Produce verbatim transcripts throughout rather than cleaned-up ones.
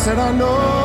said I know.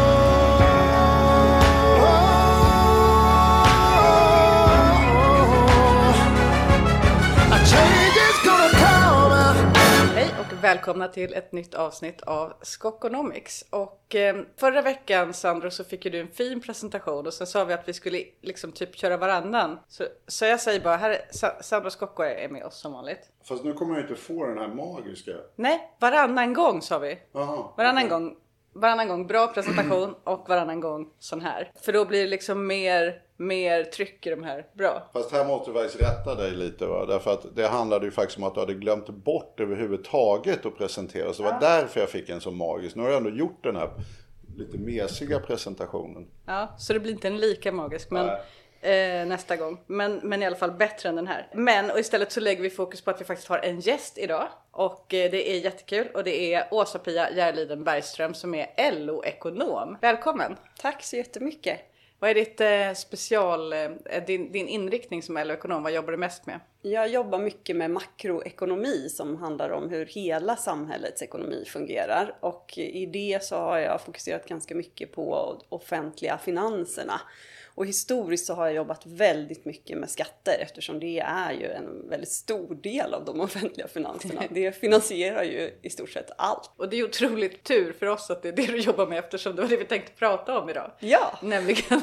Välkomna till ett nytt avsnitt av Skokonomics. Och eh, förra veckan, Sandro, så fick ju du en fin presentation. Och sen sa vi att vi skulle liksom typ köra varannan. Så, så jag säger bara, här är Sa- Sandro Skocko är med oss som vanligt. Fast nu kommer jag inte få den här magiska. Nej, varannan gång sa vi. Aha, varannan okay. gång. Varannan gång bra presentation och varannan gång sån här. För då blir det liksom mer, mer tryck i de här. Bra. Fast här måste jag faktiskt rätta dig lite, va? Därför att det handlade ju faktiskt om att du hade glömt bort överhuvudtaget att presentera. Så det var ja. därför jag fick en så magisk. Nu har jag ändå gjort den här lite mesiga presentationen. Ja, så det blir inte en lika magisk, men... Eh, nästa gång, men, men i alla fall bättre än den här. Men och istället så lägger vi fokus på att vi faktiskt har en gäst idag. Och eh, det är jättekul. Och det är Åsa-Pia Järliden Bergström som är L O-ekonom. Välkommen! Tack så jättemycket! Vad är ditt eh, special, eh, din, din inriktning som L O-ekonom? Vad jobbar du mest med? Jag jobbar mycket med makroekonomi som handlar om hur hela samhällets ekonomi fungerar. Och i det så har jag fokuserat ganska mycket på offentliga finanserna. Och historiskt så har jag jobbat väldigt mycket med skatter eftersom det är ju en väldigt stor del av de offentliga finanserna. Det finansierar ju i stort sett allt. Och det är otroligt tur för oss att det är det du jobbar med eftersom det var det vi tänkte prata om idag. Ja! Nämligen,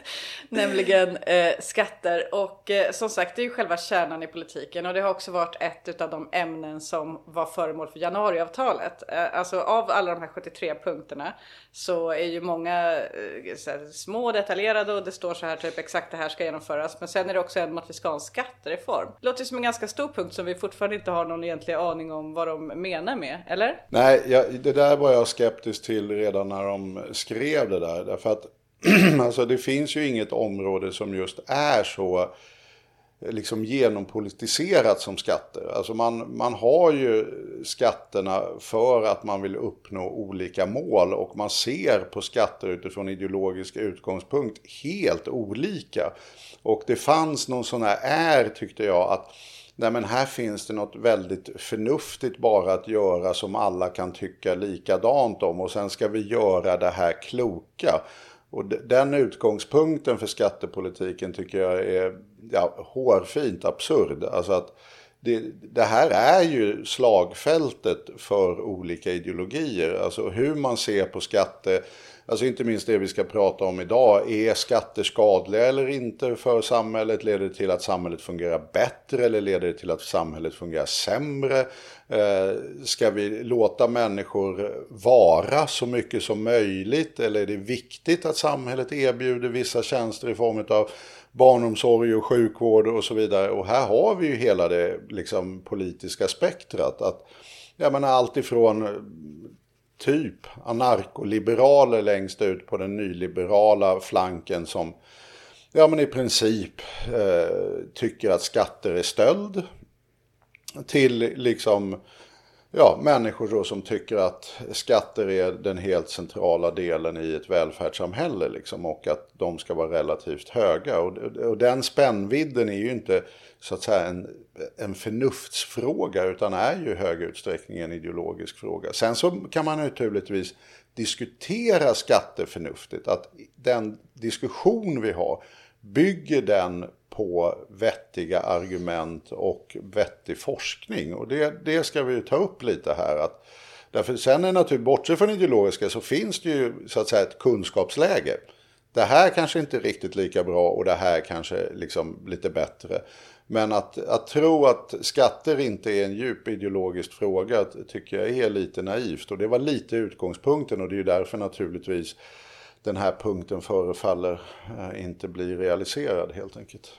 nämligen eh, skatter. Och eh, som sagt, det är ju själva kärnan i politiken. Och det har också varit ett av de ämnen som var föremål för januariavtalet. Eh, alltså av alla de här sjuttiotre punkterna så är ju många eh, så här, små detaljerade och det står så här typ exakt det här ska genomföras. Men sen är det också en om att vi ska ha en skattereform. Det låter som en ganska stor punkt som vi fortfarande inte har någon egentlig aning om vad de menar med, eller? Nej, jag, det där var jag skeptisk till redan när de skrev det där. Därför att alltså, det finns ju inget område som just är så liksom genompolitiserat som skatter. Alltså man, man har ju skatterna för att man vill uppnå olika mål och man ser på skatter utifrån ideologisk utgångspunkt helt olika. Och det fanns någon sån här är, tyckte jag, att nej men här finns det något väldigt förnuftigt bara att göra som alla kan tycka likadant om och sen ska vi göra det här kloka. Och den utgångspunkten för skattepolitiken tycker jag är ja, hårfint absurd. Alltså att det, det här är ju slagfältet för olika ideologier. Alltså hur man ser på skatter, alltså inte minst det vi ska prata om idag. Är skatter skadliga eller inte för samhället? Leder det till att samhället fungerar bättre eller leder det till att samhället fungerar sämre? Eh, ska vi låta människor vara så mycket som möjligt? Eller är det viktigt att samhället erbjuder vissa tjänster i form av barnomsorg och sjukvård och så vidare? Och här har vi ju hela det liksom, politiska spektrat. Att, jag menar, allt ifrån typ anarkoliberaler längst ut på den nyliberala flanken som ja, men i princip eh, tycker att skatter är stöld till liksom ja, människor då som tycker att skatter är den helt centrala delen i ett välfärdssamhälle liksom, och att de ska vara relativt höga. Och, och den spännvidden är ju inte så att säga en, en förnuftsfråga utan är ju i hög utsträckning en ideologisk fråga. Sen så kan man naturligtvis diskutera skatter förnuftigt. Att den diskussion vi har bygger den på vettiga argument och vettig forskning. Och det, det ska vi ju ta upp lite här. Att, därför sen är naturligtvis, bortsett från ideologiska så finns det ju så att säga ett kunskapsläge. Det här kanske inte är riktigt lika bra och det här kanske liksom lite bättre. Men att, att tro att skatter inte är en djup ideologisk fråga tycker jag är lite naivt. Och det var lite utgångspunkten och det är ju därför naturligtvis den här punkten förefaller inte bli realiserad helt enkelt.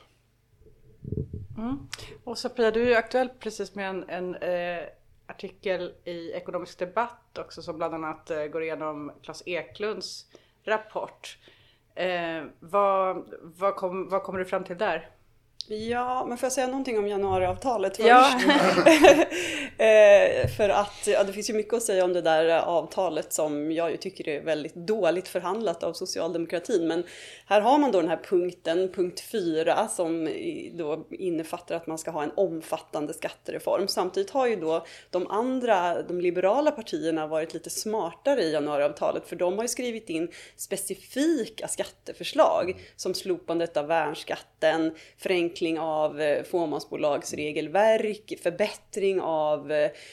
Mm. Och så Pia, du är ju aktuell precis med en, en eh, artikel i Ekonomisk Debatt också som bland annat eh, går igenom Claes Eklunds rapport. Eh, vad, vad, kom, vad kommer du fram till där? Ja, men får jag säga någonting om januariavtalet först? Ja. eh, för att ja, det finns ju mycket att säga om det där avtalet som jag ju tycker är väldigt dåligt förhandlat av socialdemokratin. Men här har man då den här punkten, punkt fyra, som då innefattar att man ska ha en omfattande skattereform. Samtidigt har ju då de andra, de liberala partierna varit lite smartare i januariavtalet, för de har ju skrivit in specifika skatteförslag som slopandet av värnskatten, förenkling av fåmansbolagsregelverk, förbättring av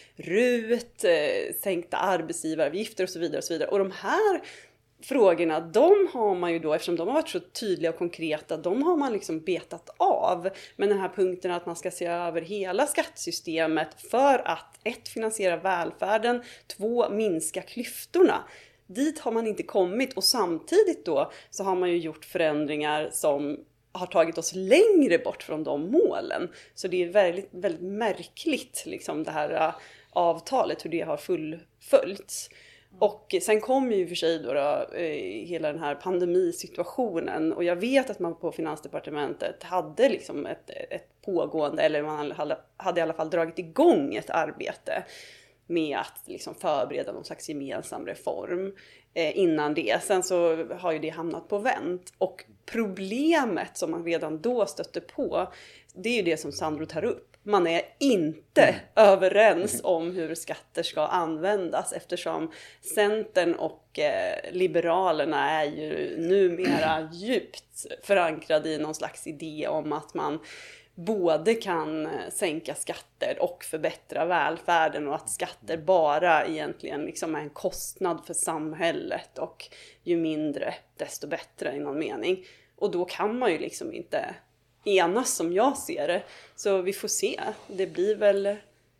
RUT, sänkta arbetsgivaravgifter och så vidare och så vidare. Och de här frågorna, de har man ju då, eftersom de har varit så tydliga och konkreta, de har man liksom betat av. Men den här punkten att man ska se över hela skattesystemet för att ett, finansiera välfärden, två, minska klyftorna. Dit har man inte kommit, och samtidigt då så har man ju gjort förändringar som har tagit oss längre bort från de målen. Så det är väldigt, väldigt märkligt liksom det här uh, avtalet, hur det har fullföljts. Och sen kom ju för sig då, då eh, hela den här pandemisituationen, och jag vet att man på Finansdepartementet hade liksom ett, ett pågående, eller man hade, hade i alla fall dragit igång ett arbete med att liksom förbereda någon slags gemensam reform eh, innan det. Sen så har ju det hamnat på vänt. Och problemet som man redan då stötte på, det är ju det som Sandro tar upp. Man är inte mm. överens om hur skatter ska användas, eftersom Centern och eh, Liberalerna är ju numera djupt förankrade i någon slags idé om att man både kan sänka skatter och förbättra välfärden, och att skatter bara egentligen liksom är en kostnad för samhället, och ju mindre desto bättre i någon mening. Och då kan man ju liksom inte enas, som jag ser det. Så vi får se. Det blir väl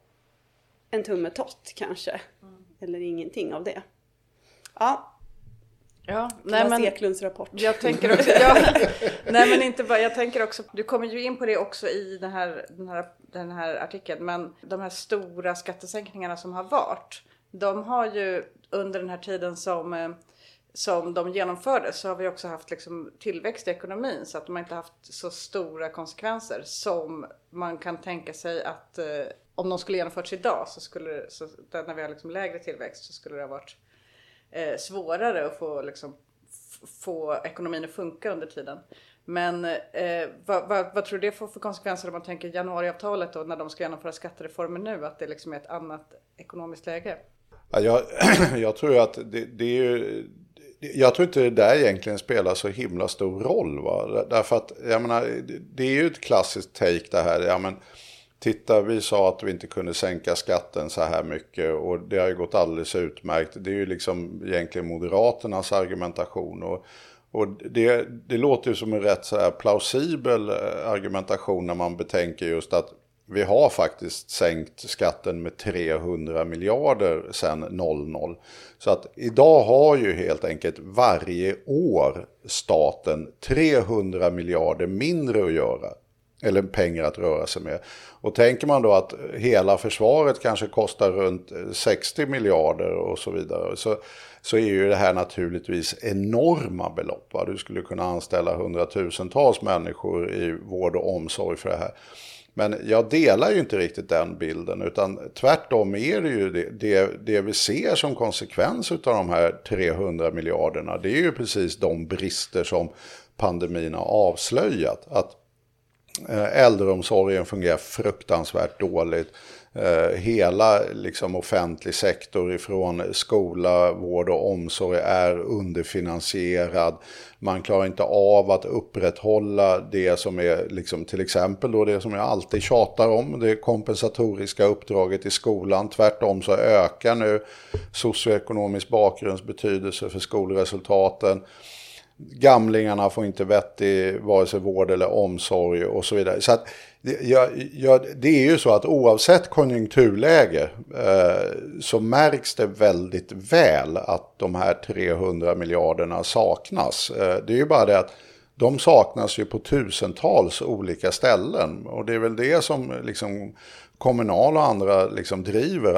en tummetott kanske. Mm. Eller ingenting av det. Ja. Ja, nej men Eklunds rapport. Jag tänker också, ja, nej men inte bara, jag tänker också, du kommer ju in på det också i den här, den här, den här artikeln, men de här stora skattesänkningarna som har varit, de har ju under den här tiden som, som de genomfördes, så har vi också haft liksom tillväxt i ekonomin, så att de inte haft så stora konsekvenser som man kan tänka sig att eh, om de skulle genomförts idag, så skulle, så, när vi har liksom lägre tillväxt, så skulle det ha varit Eh, svårare att få, liksom, f- få ekonomin att funka under tiden. Men eh, vad, vad, vad tror du det får för konsekvenser om man tänker januariavtalet då, när de ska genomföra skattereformer nu, att det liksom är ett annat ekonomiskt läge? Ja, jag, jag tror att det, det är ju, jag tror inte det där egentligen spelar så himla stor roll, va? Därför att jag menar, det är ju ett klassiskt take det här. Ja, men titta, vi sa att vi inte kunde sänka skatten så här mycket, och det har ju gått alldeles utmärkt. Det är ju liksom egentligen Moderaternas argumentation, och, och det, det låter ju som en rätt så här plausibel argumentation när man betänker just att vi har faktiskt sänkt skatten med trehundra miljarder sedan noll noll. Så att idag har ju helt enkelt varje år staten trehundra miljarder mindre att göra. Eller pengar att röra sig med. Och tänker man då att hela försvaret kanske kostar runt sextio miljarder och så vidare. Så, så är ju det här naturligtvis enorma belopp. Va? Du skulle kunna anställa hundratusentals människor i vård och omsorg för det här. Men jag delar ju inte riktigt den bilden, utan tvärtom är det ju det, det, det vi ser som konsekvens av de här trehundra miljarderna. Det är ju precis de brister som pandemin har avslöjat. Att äldreomsorgen fungerar fruktansvärt dåligt. Hela liksom offentlig sektor ifrån skola, vård och omsorg är underfinansierad. Man klarar inte av att upprätthålla det som är liksom, till exempel då det som jag alltid tjatar om, det kompensatoriska uppdraget i skolan. Tvärtom så ökar nu socioekonomisk bakgrunds betydelse för skolresultaten. Gamlingarna får inte vettig vare sig vård eller omsorg och så vidare. Så att ja, ja, det är ju så att oavsett konjunkturläge eh, så märks det väldigt väl att de här trehundra miljarderna saknas. Eh, det är ju bara det att de saknas ju på tusentals olika ställen, och det är väl det som liksom Kommunal och andra liksom driver, att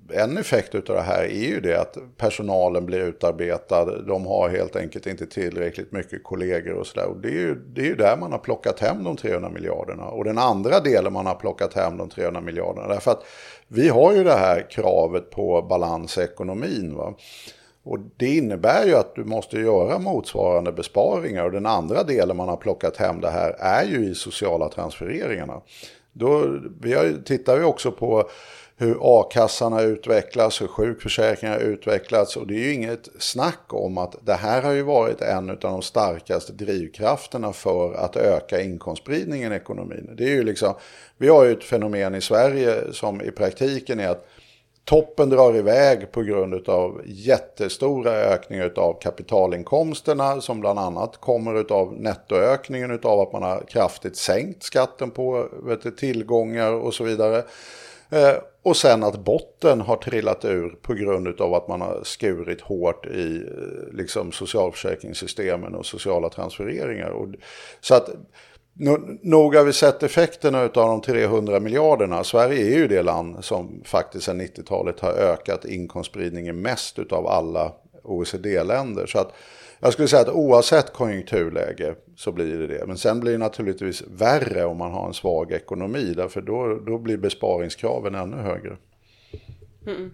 en effekt av det här är ju det att personalen blir utarbetad. De har helt enkelt inte tillräckligt mycket kollegor och sådär. Och det är ju, det är ju där man har plockat hem de trehundra miljarderna. Och den andra delen man har plockat hem de trehundra miljarderna. Därför att vi har ju det här kravet på balans i ekonomin, va. Och det innebär ju att du måste göra motsvarande besparingar. Och den andra delen man har plockat hem det här är ju i sociala transfereringarna. Då vi har, tittar vi också på hur a-kassan har utvecklats, hur sjukförsäkringen har utvecklats. Och det är ju inget snack om att det här har ju varit en av de starkaste drivkrafterna för att öka inkomstspridningen i ekonomin. Det är ju liksom, vi har ju ett fenomen i Sverige som i praktiken är att toppen drar iväg på grund av jättestora ökningar av kapitalinkomsterna som bland annat kommer av nettoökningen av att man har kraftigt sänkt skatten på vet du, tillgångar och så vidare. Eh, och sen att botten har trillat ur på grund av att man har skurit hårt i liksom, socialförsäkringssystemen och sociala transfereringar. Och, så att nog har vi sett effekterna av de trehundra miljarderna. Sverige är ju det land som faktiskt sedan nittiotalet har ökat inkomstspridningen mest av alla O E C D-länder. Så att jag skulle säga att oavsett konjunkturläge så blir det det. Men sen blir det naturligtvis värre om man har en svag ekonomi. Därför då, då blir besparingskraven ännu högre. Mm.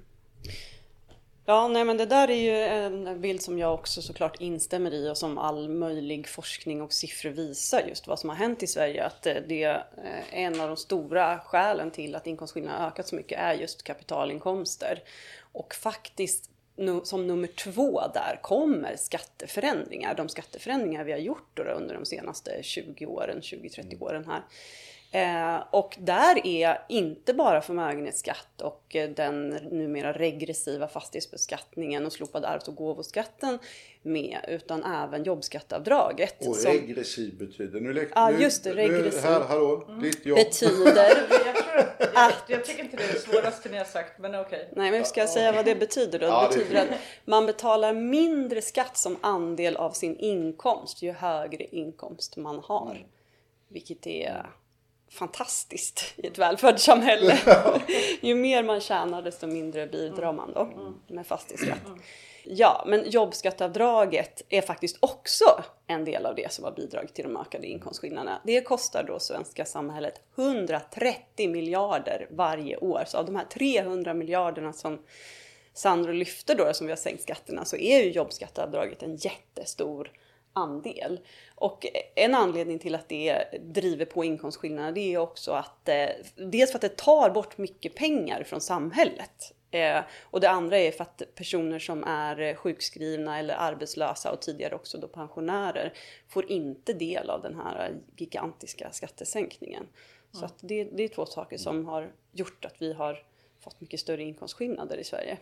Ja, nej men det där är ju en bild som jag också såklart instämmer i och som all möjlig forskning och siffror visar just vad som har hänt i Sverige. Att det är en av de stora skälen till att inkomstskillnaderna har ökat så mycket är just kapitalinkomster. Och faktiskt som nummer två där kommer skatteförändringar. De skatteförändringar vi har gjort då under de senaste tjugo åren, tjugo till trettio åren här. Eh, och där är inte bara förmögenhetsskatt och eh, den numera regressiva fastighetsbeskattningen och slopad arvs- och gåvoskatten med, utan även jobbskatteavdraget. Och som, regressiv betyder... Nu, ja, ah, just det, regressiv. Nu, här, hallå, mm. ditt jobb. Betyder... jag, tror, jag, jag tycker inte det är det svåraste ni har sagt, men okej. Okay. Nej, men ska jag säga vad det betyder då? Ja, det betyder det att man betalar mindre skatt som andel av sin inkomst ju högre inkomst man har. Mm. Vilket är... fantastiskt i ett välfärdssamhälle. Ju mer man tjänar desto mindre bidrar man då med fastighetsskatt. Ja, men jobbskatteavdraget är faktiskt också en del av det som har bidragit till de ökade inkomstskillnaderna. Det kostar då svenska samhället hundratrettio miljarder varje år. Så av de här trehundra miljarderna som Sandro lyfter då, som vi har sänkt skatterna, så är ju jobbskatteavdraget en jättestor andel. Och en anledning till att det driver på inkomstskillnaderna, det är också att eh, dels för att det tar bort mycket pengar från samhället. Eh, och det andra är för att personer som är sjukskrivna eller arbetslösa och tidigare också då pensionärer får inte del av den här gigantiska skattesänkningen. Mm. Så att det, det är två saker som har gjort att vi har fått mycket större inkomstskillnader i Sverige.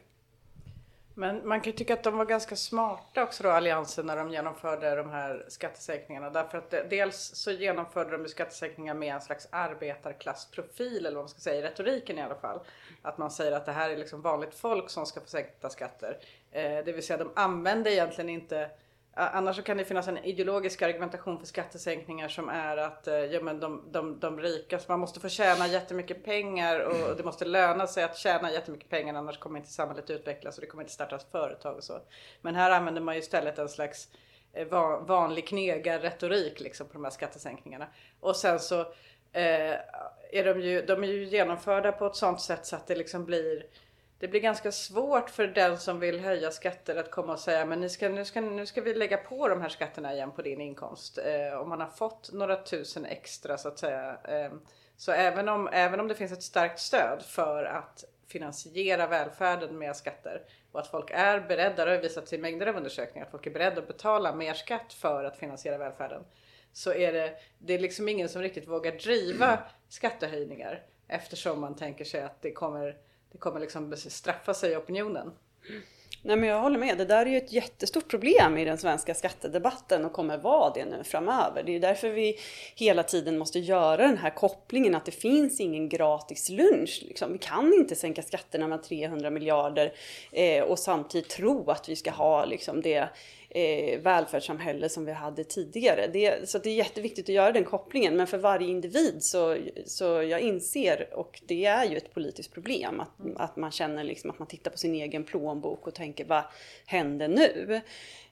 Men man kan ju tycka att de var ganska smarta också då, alliansen, när de genomförde de här skattesänkningarna. Därför att det, dels så genomförde de skattesänkningar med en slags arbetarklassprofil, eller vad man ska säga, i retoriken i alla fall. Att man säger att det här är liksom vanligt folk som ska få sänkta skatter. Eh, det vill säga de använder egentligen inte... Annars så kan det finnas en ideologisk argumentation för skattesänkningar som är att ja, men de, de, de rika, så man måste få tjäna jättemycket pengar och det måste löna sig att tjäna jättemycket pengar, annars kommer inte samhället utvecklas och det kommer inte startas företag och så. Men här använder man ju istället en slags vanlig knegarretorik liksom på de här skattesänkningarna. Och sen så eh, är de ju, de är ju genomförda på ett sånt sätt så att det liksom blir... Det blir ganska svårt för den som vill höja skatter att komma och säga men ni ska, nu, ska, nu ska vi lägga på de här skatterna igen på din inkomst. Eh, om man har fått några tusen extra så att säga. Eh, så även om, även om det finns ett starkt stöd för att finansiera välfärden med skatter och att folk är beredda, det har visat sig i mängder av undersökningar, att folk är beredda att betala mer skatt för att finansiera välfärden. Så är det, det är liksom ingen som riktigt vågar driva skattehöjningar eftersom man tänker sig att det kommer... Det kommer liksom straffa sig i opinionen. Nej, men jag håller med. Det där är ju ett jättestort problem i den svenska skattedebatten och kommer vara det nu framöver. Det är därför vi hela tiden måste göra den här kopplingen att det finns ingen gratis lunch. Liksom. Vi kan inte sänka skatterna med trehundra miljarder eh, och samtidigt tro att vi ska ha liksom, det eh, välfärdssamhälle som vi hade tidigare. Det, så det är jätteviktigt att göra den kopplingen, men för varje individ så, så jag inser, och det är ju ett politiskt problem, att, att man känner liksom att man tittar på sin egen plånbok och tänker, vad händer nu?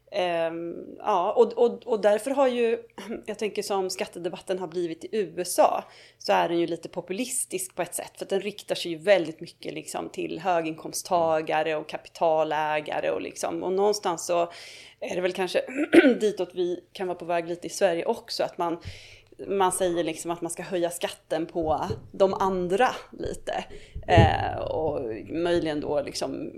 Um, ja, och, och, och därför har ju, jag tänker som skattedebatten har blivit i U S A, så är den ju lite populistisk på ett sätt, för att den riktar sig ju väldigt mycket liksom till höginkomsttagare och kapitalägare och liksom, och någonstans så är det väl kanske ditåt vi kan vara på väg lite i Sverige också, att man man säger liksom att man ska höja skatten på de andra lite. Eh, och möjligen då liksom,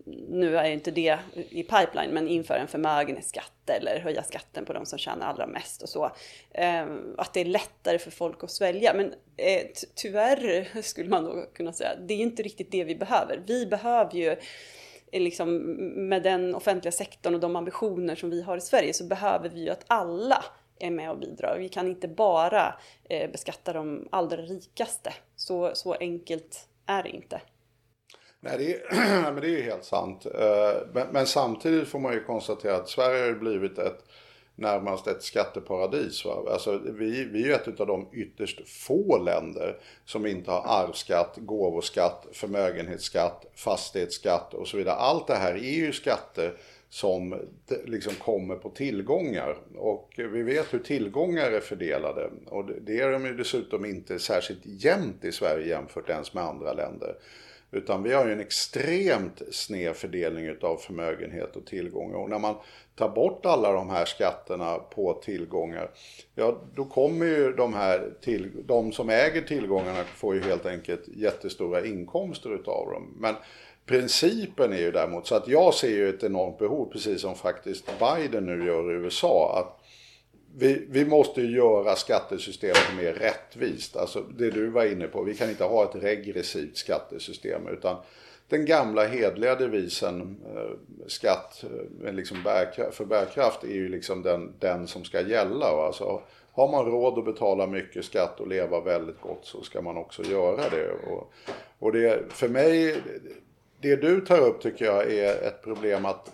nu är inte det i pipeline, men införa en förmögenhetsskatt eller höja skatten på de som tjänar allra mest och så. Eh, att det är lättare för folk att svälja. Men eh, tyvärr skulle man då kunna säga, det är inte riktigt det vi behöver. Vi behöver ju liksom, med den offentliga sektorn och de ambitioner som vi har i Sverige, så behöver vi ju att alla är med och bidrar. Vi kan inte bara eh, beskatta de allra rikaste. Så, så enkelt är det inte. Nej, det är, men det är ju helt sant. Men, men samtidigt får man ju konstatera att Sverige har blivit ett, närmast ett skatteparadis. Va? Alltså, vi, vi är ju ett av de ytterst få länder som inte har arvsskatt, gåvoskatt, förmögenhetsskatt, fastighetsskatt och så vidare. Allt det här är ju skatter som liksom kommer på tillgångar, och vi vet hur tillgångar är fördelade, och det är de ju dessutom inte särskilt jämnt i Sverige jämfört ens med andra länder, utan vi har ju en extremt sned fördelning av förmögenhet och tillgångar, och när man tar bort alla de här skatterna på tillgångar, ja då kommer ju de här till, de som äger tillgångarna får ju helt enkelt jättestora inkomster utav dem. Men principen är ju däremot, så att jag ser ju ett enormt behov, precis som faktiskt Biden nu gör i U S A, att vi, vi måste ju göra skattesystemet mer rättvist. Alltså det du var inne på, vi kan inte ha ett regressivt skattesystem, utan den gamla hedliga devisen eh, skatt eh, liksom bärkraft, för bärkraft är ju liksom den, den som ska gälla. Alltså, har man råd att betala mycket skatt och leva väldigt gott, så ska man också göra det. Och, och det för mig, det du tar upp tycker jag är ett problem, att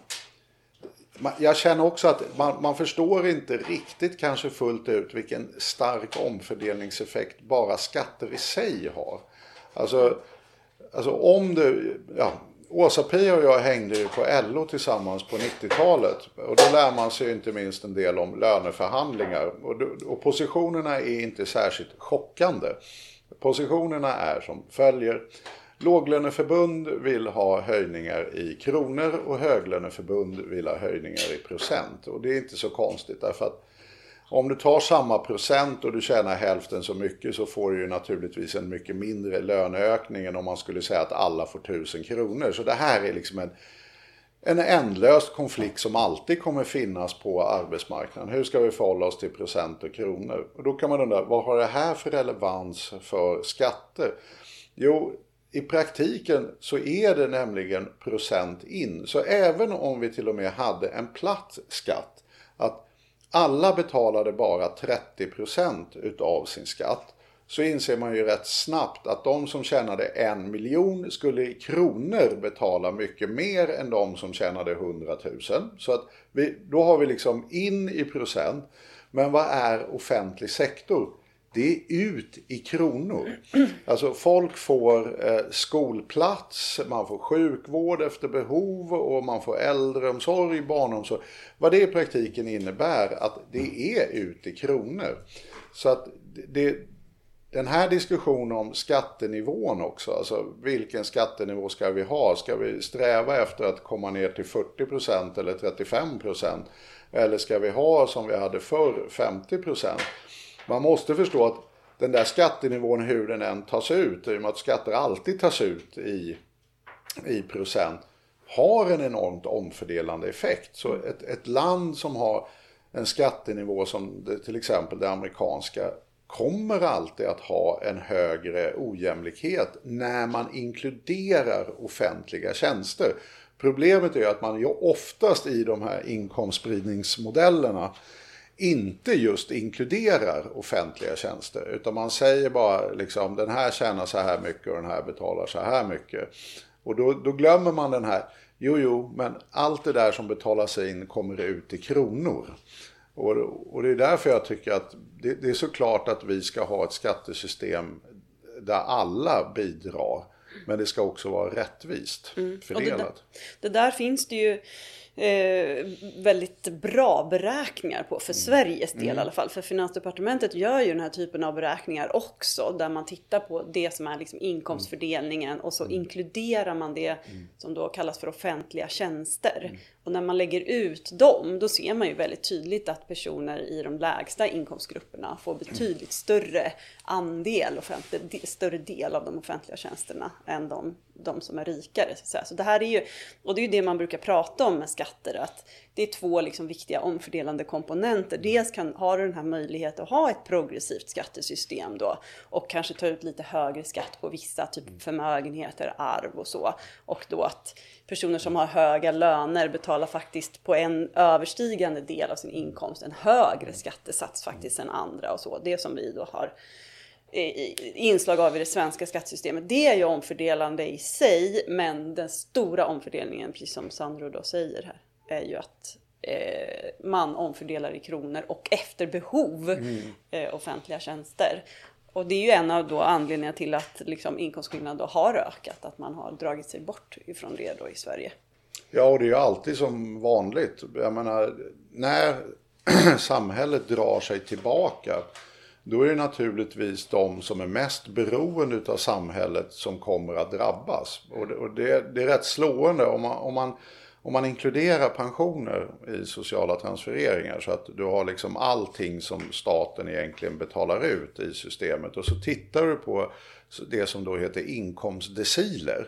man, jag känner också att man, man förstår inte riktigt kanske fullt ut vilken stark omfördelningseffekt bara skatter i sig har. Alltså, alltså om du, ja, Åsa-Pia och jag hängde ju på L O tillsammans på nittiotalet, och då lär man sig inte minst en del om löneförhandlingar, och, och positionerna är inte särskilt chockande. Positionerna är som följer: låglöneförbund vill ha höjningar i kronor och höglöneförbund vill ha höjningar i procent. Och det är inte så konstigt, därför att om du tar samma procent och du tjänar hälften så mycket, så får du ju naturligtvis en mycket mindre löneökning än om man skulle säga att alla får tusen kronor. Så det här är liksom en, en ändlös konflikt som alltid kommer finnas på arbetsmarknaden. Hur ska vi förhålla oss till procent och kronor? Och då kan man undra, vad har det här för relevans för skatter? Jo, i praktiken så är det nämligen procent in. Så även om vi till och med hade en platt skatt, att alla betalade bara trettio procent utav sin skatt, så inser man ju rätt snabbt att de som tjänade en miljon skulle i kronor betala mycket mer än de som tjänade hundratusen. Så att vi, då har vi liksom in i procent. Men vad är offentlig sektor? Det är ut i kronor. Alltså folk får eh, skolplats, man får sjukvård efter behov, och man får äldreomsorg, barnomsorg. Vad det i praktiken innebär att det är ut i kronor. Så att det, den här diskussionen om skattenivån också, alltså vilken skattenivå ska vi ha? Ska vi sträva efter att komma ner till fyrtio procent eller trettiofem procent? Eller ska vi ha som vi hade förr, femtio procent? Man måste förstå att den där skattenivån, hur den än tas ut, i och med att skatter alltid tas ut i, i procent, har en enormt omfördelande effekt. Så ett, ett land som har en skattenivå som det, till exempel det amerikanska, kommer alltid att ha en högre ojämlikhet när man inkluderar offentliga tjänster. Problemet är att man ju oftast i de här inkomstspridningsmodellerna inte just inkluderar offentliga tjänster, utan man säger bara liksom, den här tjänar så här mycket och den här betalar så här mycket. Och då, då glömmer man den här Jo, jo, men allt det där som betalas in kommer ut i kronor. Och, och det är därför jag tycker att det, det är såklart att vi ska ha ett skattesystem där alla bidrar. Men det ska också vara rättvist mm. fördelat. Det där, det där finns det ju eh, väldigt bra beräkningar på för mm. Sveriges del mm. i alla fall. För Finansdepartementet gör ju den här typen av beräkningar också. Där man tittar på det som är liksom inkomstfördelningen och så mm. inkluderar man det mm. som då kallas för offentliga tjänster. Mm. Och när man lägger ut dem, då ser man ju väldigt tydligt att personer i de lägsta inkomstgrupperna får betydligt större andel, offentlig, större del av de offentliga tjänsterna än de, de som är rikare. Så, att säga. Så det här är ju, och det är ju det man brukar prata om med skatter, att det är två liksom viktiga omfördelande komponenter. Dels kan, har du den här möjligheten att ha ett progressivt skattesystem då och kanske ta ut lite högre skatt på vissa typ förmögenheter, arv och så. Och då att personer som har höga löner betalar faktiskt på en överstigande del av sin inkomst en högre skattesats faktiskt än andra och så. Det som vi då har inslag av i det svenska skattesystemet, det är ju omfördelande i sig, men den stora omfördelningen, precis som Sandro då säger här, är ju att eh, man omfördelar i kronor och efter behov mm. eh, offentliga tjänster. Och det är ju en av då anledningarna till att liksom inkomstskillnaden då har ökat, att man har dragit sig bort ifrån det då i Sverige. Ja, och det är ju alltid som vanligt. Jag menar, när samhället drar sig tillbaka, då är det naturligtvis de som är mest beroende av samhället som kommer att drabbas. Och det, och det, det är rätt slående om man, om, man, om man inkluderar pensioner i sociala transfereringar, så att du har liksom allting som staten egentligen betalar ut i systemet. Och så tittar du på det som då heter inkomstdeciler.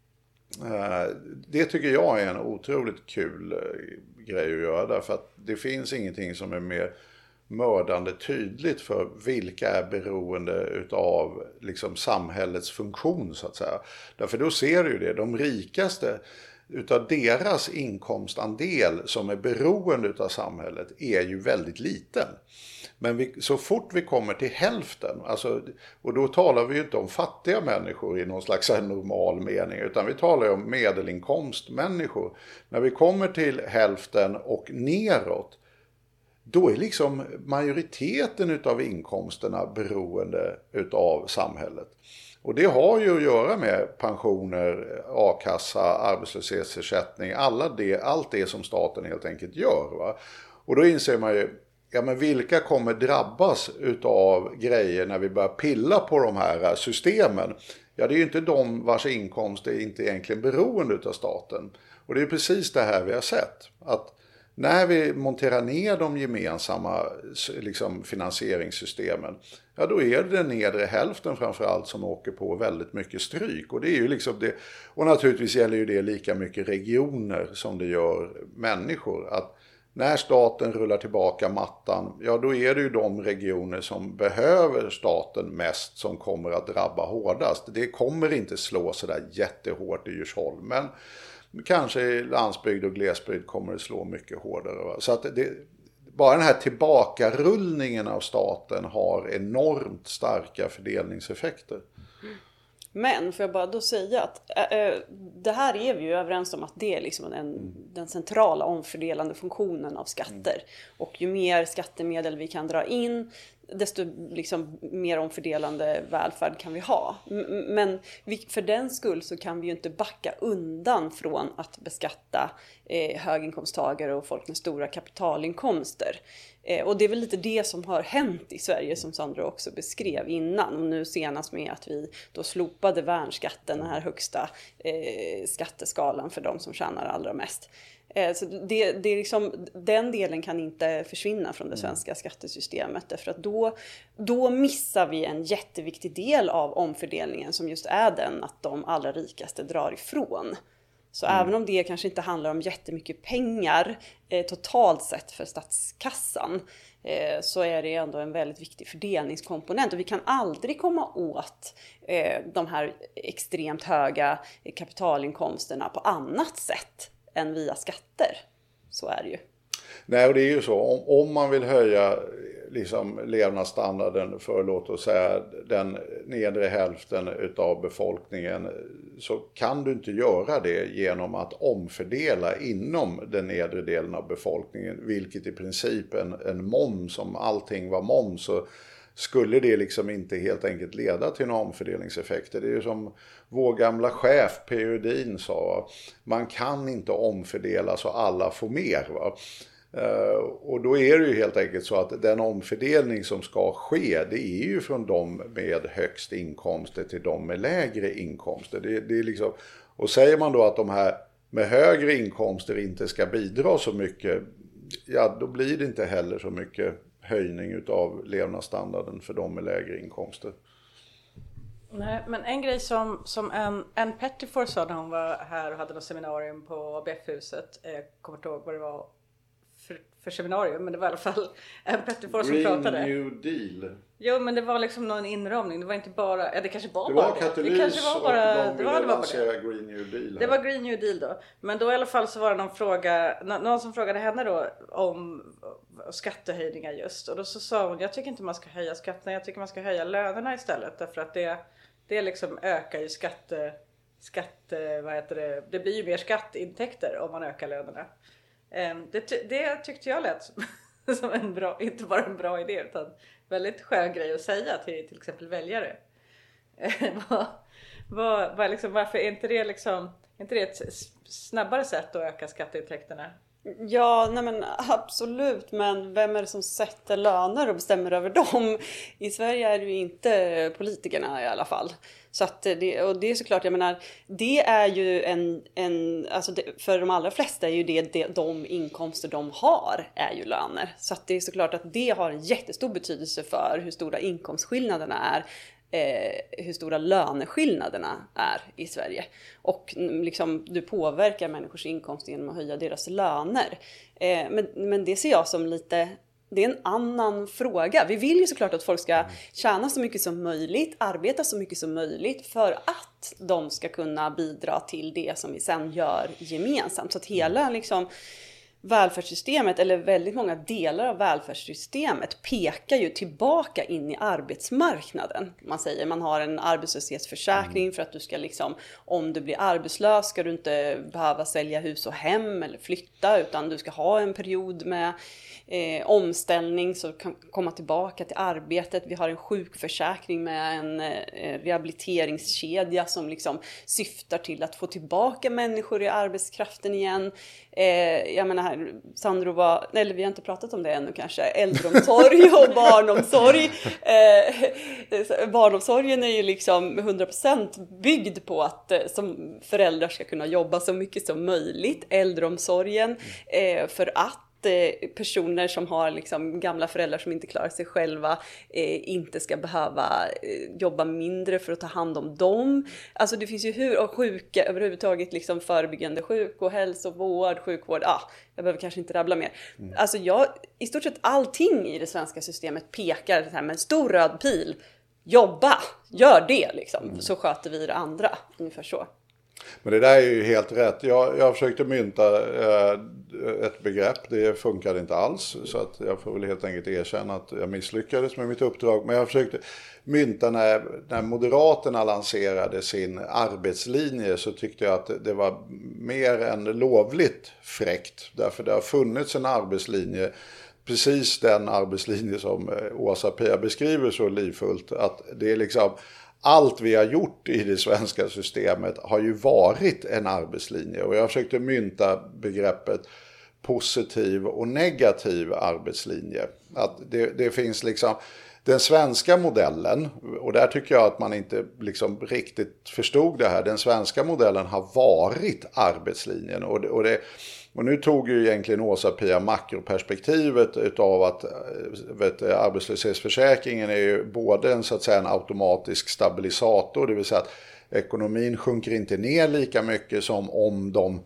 Det tycker jag är en otroligt kul grej att göra, därför att det finns ingenting som är mer mördande tydligt för vilka är beroende utav liksom samhällets funktion, så att säga. Därför då ser du ju det, de rikaste utav deras inkomstandel som är beroende utav samhället är ju väldigt liten. Men vi, så fort vi kommer till hälften, alltså, och då talar vi ju inte om fattiga människor i någon slags normal mening, utan vi talar ju om medelinkomstmänniskor. När vi kommer till hälften och neråt, då är liksom majoriteten utav inkomsterna beroende utav samhället. Och det har ju att göra med pensioner, a-kassa, arbetslöshetsersättning, alla det, allt det som staten helt enkelt gör. Va? Och då inser man ju, ja men vilka kommer drabbas utav grejer när vi börjar pilla på de här systemen? Ja, det är ju inte de vars inkomst är inte egentligen beroende utav staten. Och det är precis det här vi har sett, att när vi monterar ner de gemensamma liksom, finansieringssystemen, ja då är det den nedre hälften framförallt som åker på väldigt mycket stryk. Och, det är ju liksom det, och naturligtvis gäller ju det lika mycket regioner som det gör människor. Att när staten rullar tillbaka mattan, ja då är det ju de regioner som behöver staten mest som kommer att drabba hårdast. Det kommer inte slå sådär jättehårt i Djursholm, men kanske i landsbygd och glesbygd kommer det slå mycket hårdare. Va? Så att det, bara den här tillbakarullningen av staten har enormt starka fördelningseffekter. Men får jag bara då säga att äh, det här är vi ju överens om att det är liksom en, mm. den centrala omfördelande funktionen av skatter. Mm. Och ju mer skattemedel vi kan dra in, desto liksom mer omfördelande välfärd kan vi ha. Men vi, för den skull så kan vi ju inte backa undan från att beskatta eh, höginkomsttagare och folk med stora kapitalinkomster. Eh, och det är väl lite det som har hänt i Sverige, som Sandra också beskrev innan. Och nu senast med att vi då slopade värnskatten, den här högsta eh, skatteskalan för de som tjänar allra mest. Så det, det är liksom, den delen kan inte försvinna från det svenska skattesystemet, därför att då, då missar vi en jätteviktig del av omfördelningen, som just är den att de allra rikaste drar ifrån. Så mm. även om det kanske inte handlar om jättemycket pengar eh, totalt sett för statskassan, eh, så är det ändå en väldigt viktig fördelningskomponent. Och vi kan aldrig komma åt eh, de här extremt höga kapitalinkomsterna på annat sätt än via skatter. Så är det ju. Nej, och det är ju så. Om, om man vill höja liksom levnadsstandarden för, låt oss säga, den nedre hälften utav befolkningen, så kan du inte göra det genom att omfördela inom den nedre delen av befolkningen, vilket i princip en, en moms, om allting var moms, så skulle det liksom inte helt enkelt leda till några omfördelningseffekter. Det är ju som vår gamla chef P. Udin sa, man kan inte omfördela så alla får mer, va? Uh, och då är det ju helt enkelt så att den omfördelning som ska ske, det är ju från de med högst inkomster till de med lägre inkomster. Det, det är liksom, och säger man då att de här med högre inkomster inte ska bidra så mycket, ja, då blir det inte heller så mycket höjning utav levnadsstandarden för de med lägre inkomster. Nej, men en grej som, som en, en Pettiford sa när hon var här och hade något seminarium på A B F-huset, jag kommer inte ihåg vad det var För, för seminarium, men det var i alla fall en Pettiford som pratade. Green New Deal. Jo, men det var liksom någon inramning. Det var inte bara, ja, det kanske var det bara var det. Det kanske var bara, och de det var, det var lansera Green New Deal. Det var Green New Deal då. Men då i alla fall så var det någon fråga, någon som frågade henne då om skattehöjningar just. Och då så sa hon, jag tycker inte man ska höja skatterna, jag tycker man ska höja lönerna istället. Därför att det, det liksom ökar ju skatte, skatte, vad heter det, det blir ju mer skatteintäkter om man ökar lönerna. Det, det tyckte jag lät som en bra, inte bara en bra idé utan väldigt skön grej att säga till till exempel väljare. vad, vad, vad liksom, varför är inte det liksom, är inte det ett snabbare sätt att öka skatteintäkterna? Ja, nej men absolut, men vem är det som sätter löner och bestämmer över dem? I Sverige är det ju inte politikerna i alla fall. Så att det, och det är såklart, jag menar, det är ju en, en alltså det, för de allra flesta är ju det, det de inkomster de har är ju löner. Så att det är såklart att det har en jättestor betydelse för hur stora inkomstskillnaderna är. Eh, hur stora löneskillnaderna är i Sverige. Och liksom, du påverkar människors inkomst genom att höja deras löner. Eh, men, men det ser jag som lite, det är en annan fråga. Vi vill ju såklart att folk ska tjäna så mycket som möjligt, arbeta så mycket som möjligt för att de ska kunna bidra till det som vi sen gör gemensamt. Så att hela liksom välfärdssystemet, eller väldigt många delar av välfärdssystemet, pekar ju tillbaka in i arbetsmarknaden. Man säger man har en arbetslöshetsförsäkring för att du ska liksom, om du blir arbetslös ska du inte behöva sälja hus och hem eller flytta, utan du ska ha en period med eh, omställning så du kan komma tillbaka till arbetet. Vi har en sjukförsäkring med en eh, rehabiliteringskedja som liksom syftar till att få tillbaka människor i arbetskraften igen. Eh, jag menar här, Sandro var, eller vi har inte pratat om det ännu kanske, äldreomsorg och barnomsorg. Eh, barnomsorgen är ju liksom hundra procent byggd på att eh, som föräldrar ska kunna jobba så mycket som möjligt. Äldreomsorgen eh, för att personer som har liksom gamla föräldrar som inte klarar sig själva eh, inte ska behöva eh, jobba mindre för att ta hand om dem. Alltså det finns ju hur, och sjuka överhuvudtaget, liksom förebyggande sjuk och hälsovård, sjukvård, ja, ah, jag behöver kanske inte rabbla mer. Mm. Alltså jag, i stort sett allting i det svenska systemet pekar så här med en stor röd pil, jobba, gör det liksom, mm. så sköter vi det andra, ungefär så. Men det där är ju helt rätt. Jag, jag försökte mynta eh, ett begrepp. Det funkade inte alls. Så att jag får väl helt enkelt erkänna att jag misslyckades med mitt uppdrag. Men jag försökte mynta när, när Moderaterna lanserade sin arbetslinje, så tyckte jag att det var mer än lovligt fräckt. Därför det har funnits en arbetslinje, precis den arbetslinje som Åsa-Pia beskriver så livfullt. Att det är liksom... Allt vi har gjort i det svenska systemet har ju varit en arbetslinje, och jag försökte mynta begreppet positiv och negativ arbetslinje. Att det, det finns liksom den svenska modellen, och där tycker jag att man inte liksom riktigt förstod det här. Den svenska modellen har varit arbetslinjen, och det, och det Och nu tog ju egentligen Åsa-Pia makroperspektivet utav att vet, arbetslöshetsförsäkringen är ju både en, så att säga, en automatisk stabilisator, det vill säga att ekonomin sjunker inte ner lika mycket som om de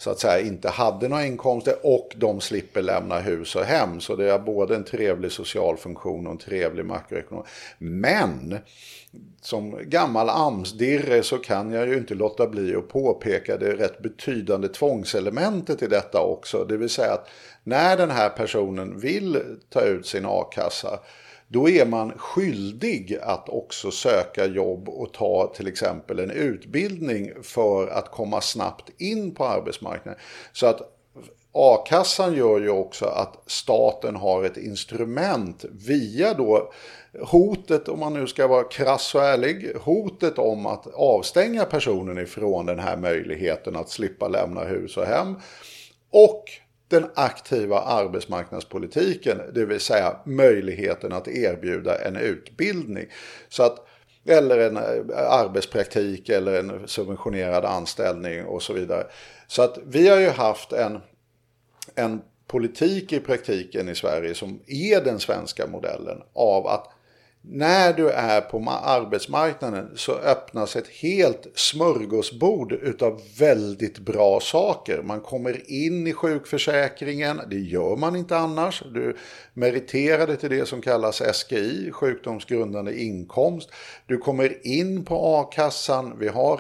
så att säga inte hade några inkomster och de slipper lämna hus och hem. Så det är både en trevlig social funktion och en trevlig makroekonom. Men som gammal AMS-dirre så kan jag ju inte låta bli att påpeka det rätt betydande tvångselementet i detta också. Det vill säga att när den här personen vill ta ut sin a-kassa, då är man skyldig att också söka jobb och ta till exempel en utbildning för att komma snabbt in på arbetsmarknaden. Så att a-kassan gör ju också att staten har ett instrument via då hotet, om man nu ska vara krass och ärlig, hotet om att avstänga personen ifrån den här möjligheten att slippa lämna hus och hem, och den aktiva arbetsmarknadspolitiken, det vill säga möjligheten att erbjuda en utbildning. Så att, eller en arbetspraktik eller en subventionerad anställning och så vidare. Så att vi har ju haft en, en politik i praktiken i Sverige som är den svenska modellen av att när du är på arbetsmarknaden så öppnas ett helt smörgåsbord utav väldigt bra saker. Man kommer in i sjukförsäkringen, det gör man inte annars. Du meriterade till det som kallas S G I, sjukdomsgrundande inkomst. Du kommer in på a-kassan, vi har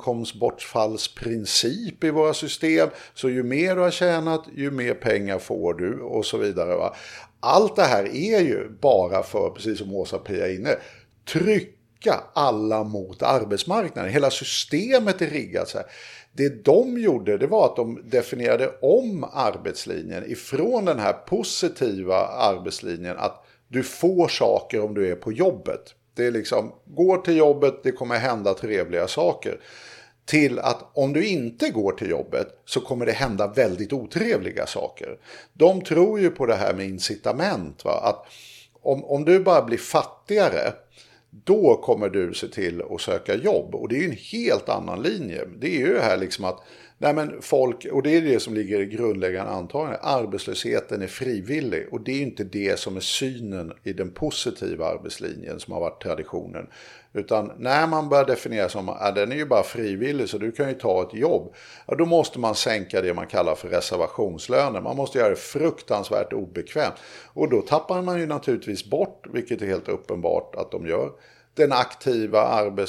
inkomstbortfallsprincip i våra system. Så ju mer du har tjänat, ju mer pengar får du och så vidare, va. Allt det här är ju bara för, precis som Åsa Pia inne, trycka alla mot arbetsmarknaden. Hela systemet är riggat så här. Det de gjorde, det var att de definierade om arbetslinjen ifrån den här positiva arbetslinjen att du får saker om du är på jobbet. Det är liksom, går till jobbet, det kommer hända trevliga saker. Till att om du inte går till jobbet så kommer det hända väldigt otrevliga saker. De tror ju på det här med incitament. Va? Att om, om du bara blir fattigare, då kommer du se till att söka jobb. Och det är ju en helt annan linje. Det är ju det här liksom att nej men folk, och det är det som ligger i grundläggande antagande, arbetslösheten är frivillig. Och det är ju inte det som är synen i den positiva arbetslinjen som har varit traditionen. Utan när man börjar definiera som att den är ju bara frivillig så du kan ju ta ett jobb. Ja, då måste man sänka det man kallar för reservationslöner. Man måste göra det fruktansvärt obekvämt. Och då tappar man ju naturligtvis bort, vilket är helt uppenbart att de gör, den aktiva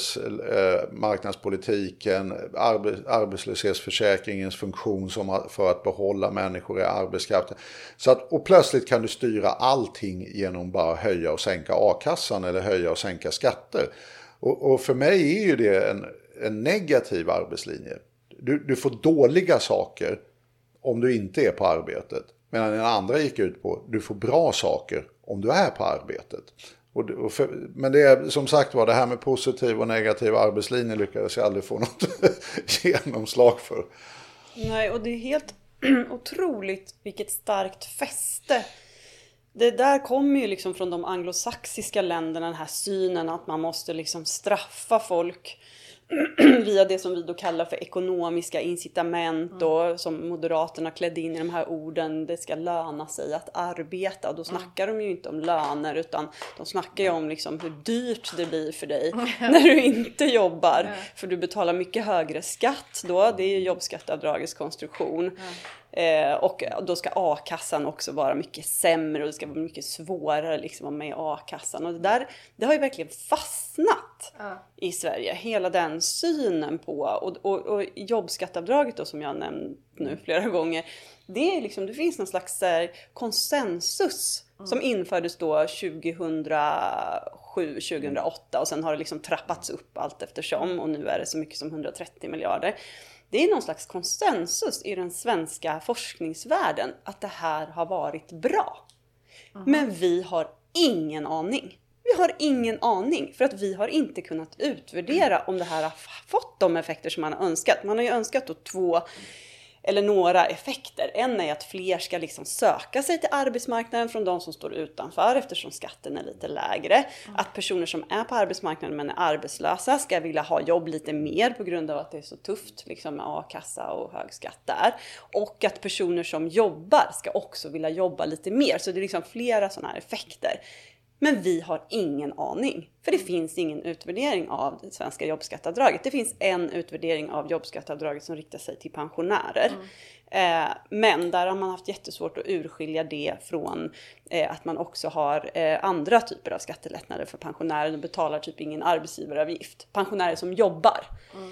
arbetsmarknadspolitiken, arbets, arbetslöshetsförsäkringens funktion som för att behålla människor i arbetskraften. Så att, och plötsligt kan du styra allting genom bara höja och sänka a-kassan eller höja och sänka skatter. Och, och för mig är ju det en, en negativ arbetslinje. Du, du får dåliga saker om du inte är på arbetet. Medan den andra gick ut på du får bra saker om du är på arbetet. Och, och för, men det är som sagt var det här med positiv och negativ arbetslinje lyckades jag aldrig få något genomslag för. Nej, och det är helt otroligt vilket starkt fäste. Det där kommer ju liksom från de anglosaxiska länderna, den här synen att man måste liksom straffa folk via det som vi då kallar för ekonomiska incitament och mm. som Moderaterna klädde in i de här orden, det ska löna sig att arbeta. Och då snackar mm. de ju inte om löner utan de snackar ju om liksom hur dyrt det blir för dig mm. när du inte jobbar. Mm. För du betalar mycket högre skatt då, det är ju jobbskatteavdragets konstruktion. Mm. Eh, och då ska a-kassan också vara mycket sämre och det ska vara mycket svårare liksom att vara med i a-kassan. Och det där, det har ju verkligen fastnat mm. i Sverige. Hela den synen på och, och, och jobbskatteavdraget då som jag nämnt nu flera gånger. Det är liksom, det finns någon slags här, konsensus mm. som infördes då tjugohundrasju tjugohundraåtta och sen har det liksom trappats upp allt eftersom och nu är det så mycket som hundratrettio miljarder. Det är någon slags konsensus i den svenska forskningsvärlden att det här har varit bra. Mm. Men vi har ingen aning. Vi har ingen aning för att vi har inte kunnat utvärdera om det här har fått de effekter som man har önskat. Man har ju önskat då två eller några effekter. En är att fler ska liksom söka sig till arbetsmarknaden från de som står utanför eftersom skatten är lite lägre. Mm. Att personer som är på arbetsmarknaden men är arbetslösa ska vilja ha jobb lite mer på grund av att det är så tufft liksom med a-kassa och hög skatt där. Och att personer som jobbar ska också vilja jobba lite mer. Så det är liksom flera sådana här effekter. Men vi har ingen aning. För det finns ingen utvärdering av det svenska jobbskatteavdraget. Det finns en utvärdering av jobbskatteavdraget som riktar sig till pensionärer. Mm. Eh, men där har man haft jättesvårt att urskilja det från eh, att man också har eh, andra typer av skattelättnader för pensionärer. De betalar typ ingen arbetsgivaravgift. Pensionärer som jobbar.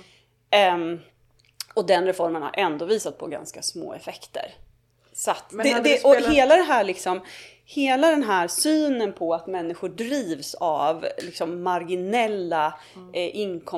Mm. Eh, och den reformen har ändå visat på ganska små effekter. Så att det, det, det spelat... Och hela det här liksom... Hela den här synen på att människor drivs av liksom marginella mm. eh,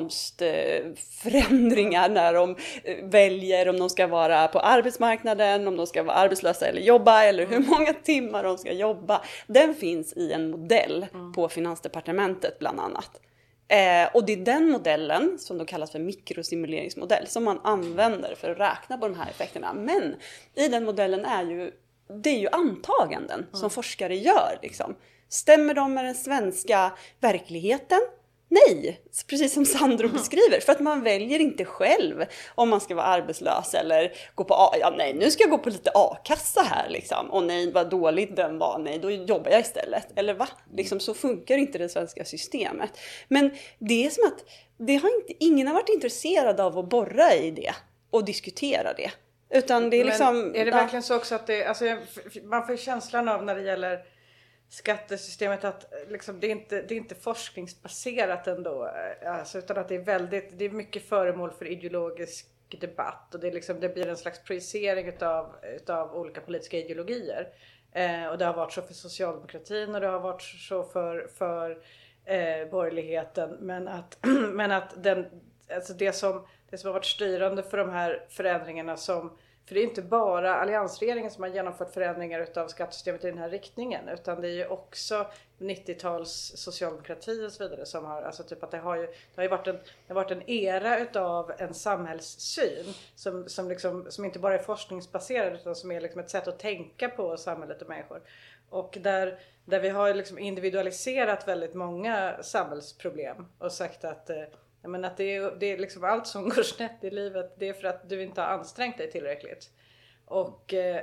inkomstförändringar eh, när de eh, väljer om de ska vara på arbetsmarknaden, om de ska vara arbetslösa eller jobba eller hur många timmar de ska jobba. Den finns i en modell mm. på Finansdepartementet bland annat. Eh, och det är den modellen som då kallas för mikrosimuleringsmodell som man använder för att räkna på de här effekterna. Men i den modellen är ju det är ju antaganden mm. som forskare gör. Liksom. Stämmer de med den svenska verkligheten? Nej, precis som Sandro mm. beskriver. För att man väljer inte själv om man ska vara arbetslös eller gå på A- ja, nej, nu ska jag gå på lite a-kassa här. Liksom. Och nej, vad dåligt den var. Nej, då jobbar jag istället. Eller va? Liksom, så funkar inte det svenska systemet. Men det är som att det har inte, ingen har varit intresserad av att borra i det och diskutera det. Utan det är liksom... Men är det verkligen så också att det... Alltså, man får känslan av när det gäller skattesystemet att liksom, det, är inte, det är inte forskningsbaserat ändå. Alltså, utan att det är väldigt... Det är mycket föremål för ideologisk debatt. Och det, är liksom, det blir en slags projicering utav, utav olika politiska ideologier. Eh, och det har varit så för socialdemokratin och det har varit så för, för eh, borgerligheten. Men att, men att den, alltså det som... Det som har varit styrande för de här förändringarna som... För det är inte bara alliansregeringen som har genomfört förändringar utav skattesystemet i den här riktningen. Utan det är ju också nittio-tals socialdemokrati och så vidare som har... Alltså typ att det har ju, det har ju varit, en, det har varit en era utav en samhällssyn. Som, som, liksom, som inte bara är forskningsbaserad utan som är liksom ett sätt att tänka på samhället och människor. Och där, där vi har liksom individualiserat väldigt många samhällsproblem och sagt att... Jag menar att det är, det är liksom allt som går snett i livet, det är för att du inte har ansträngt dig tillräckligt. Och eh,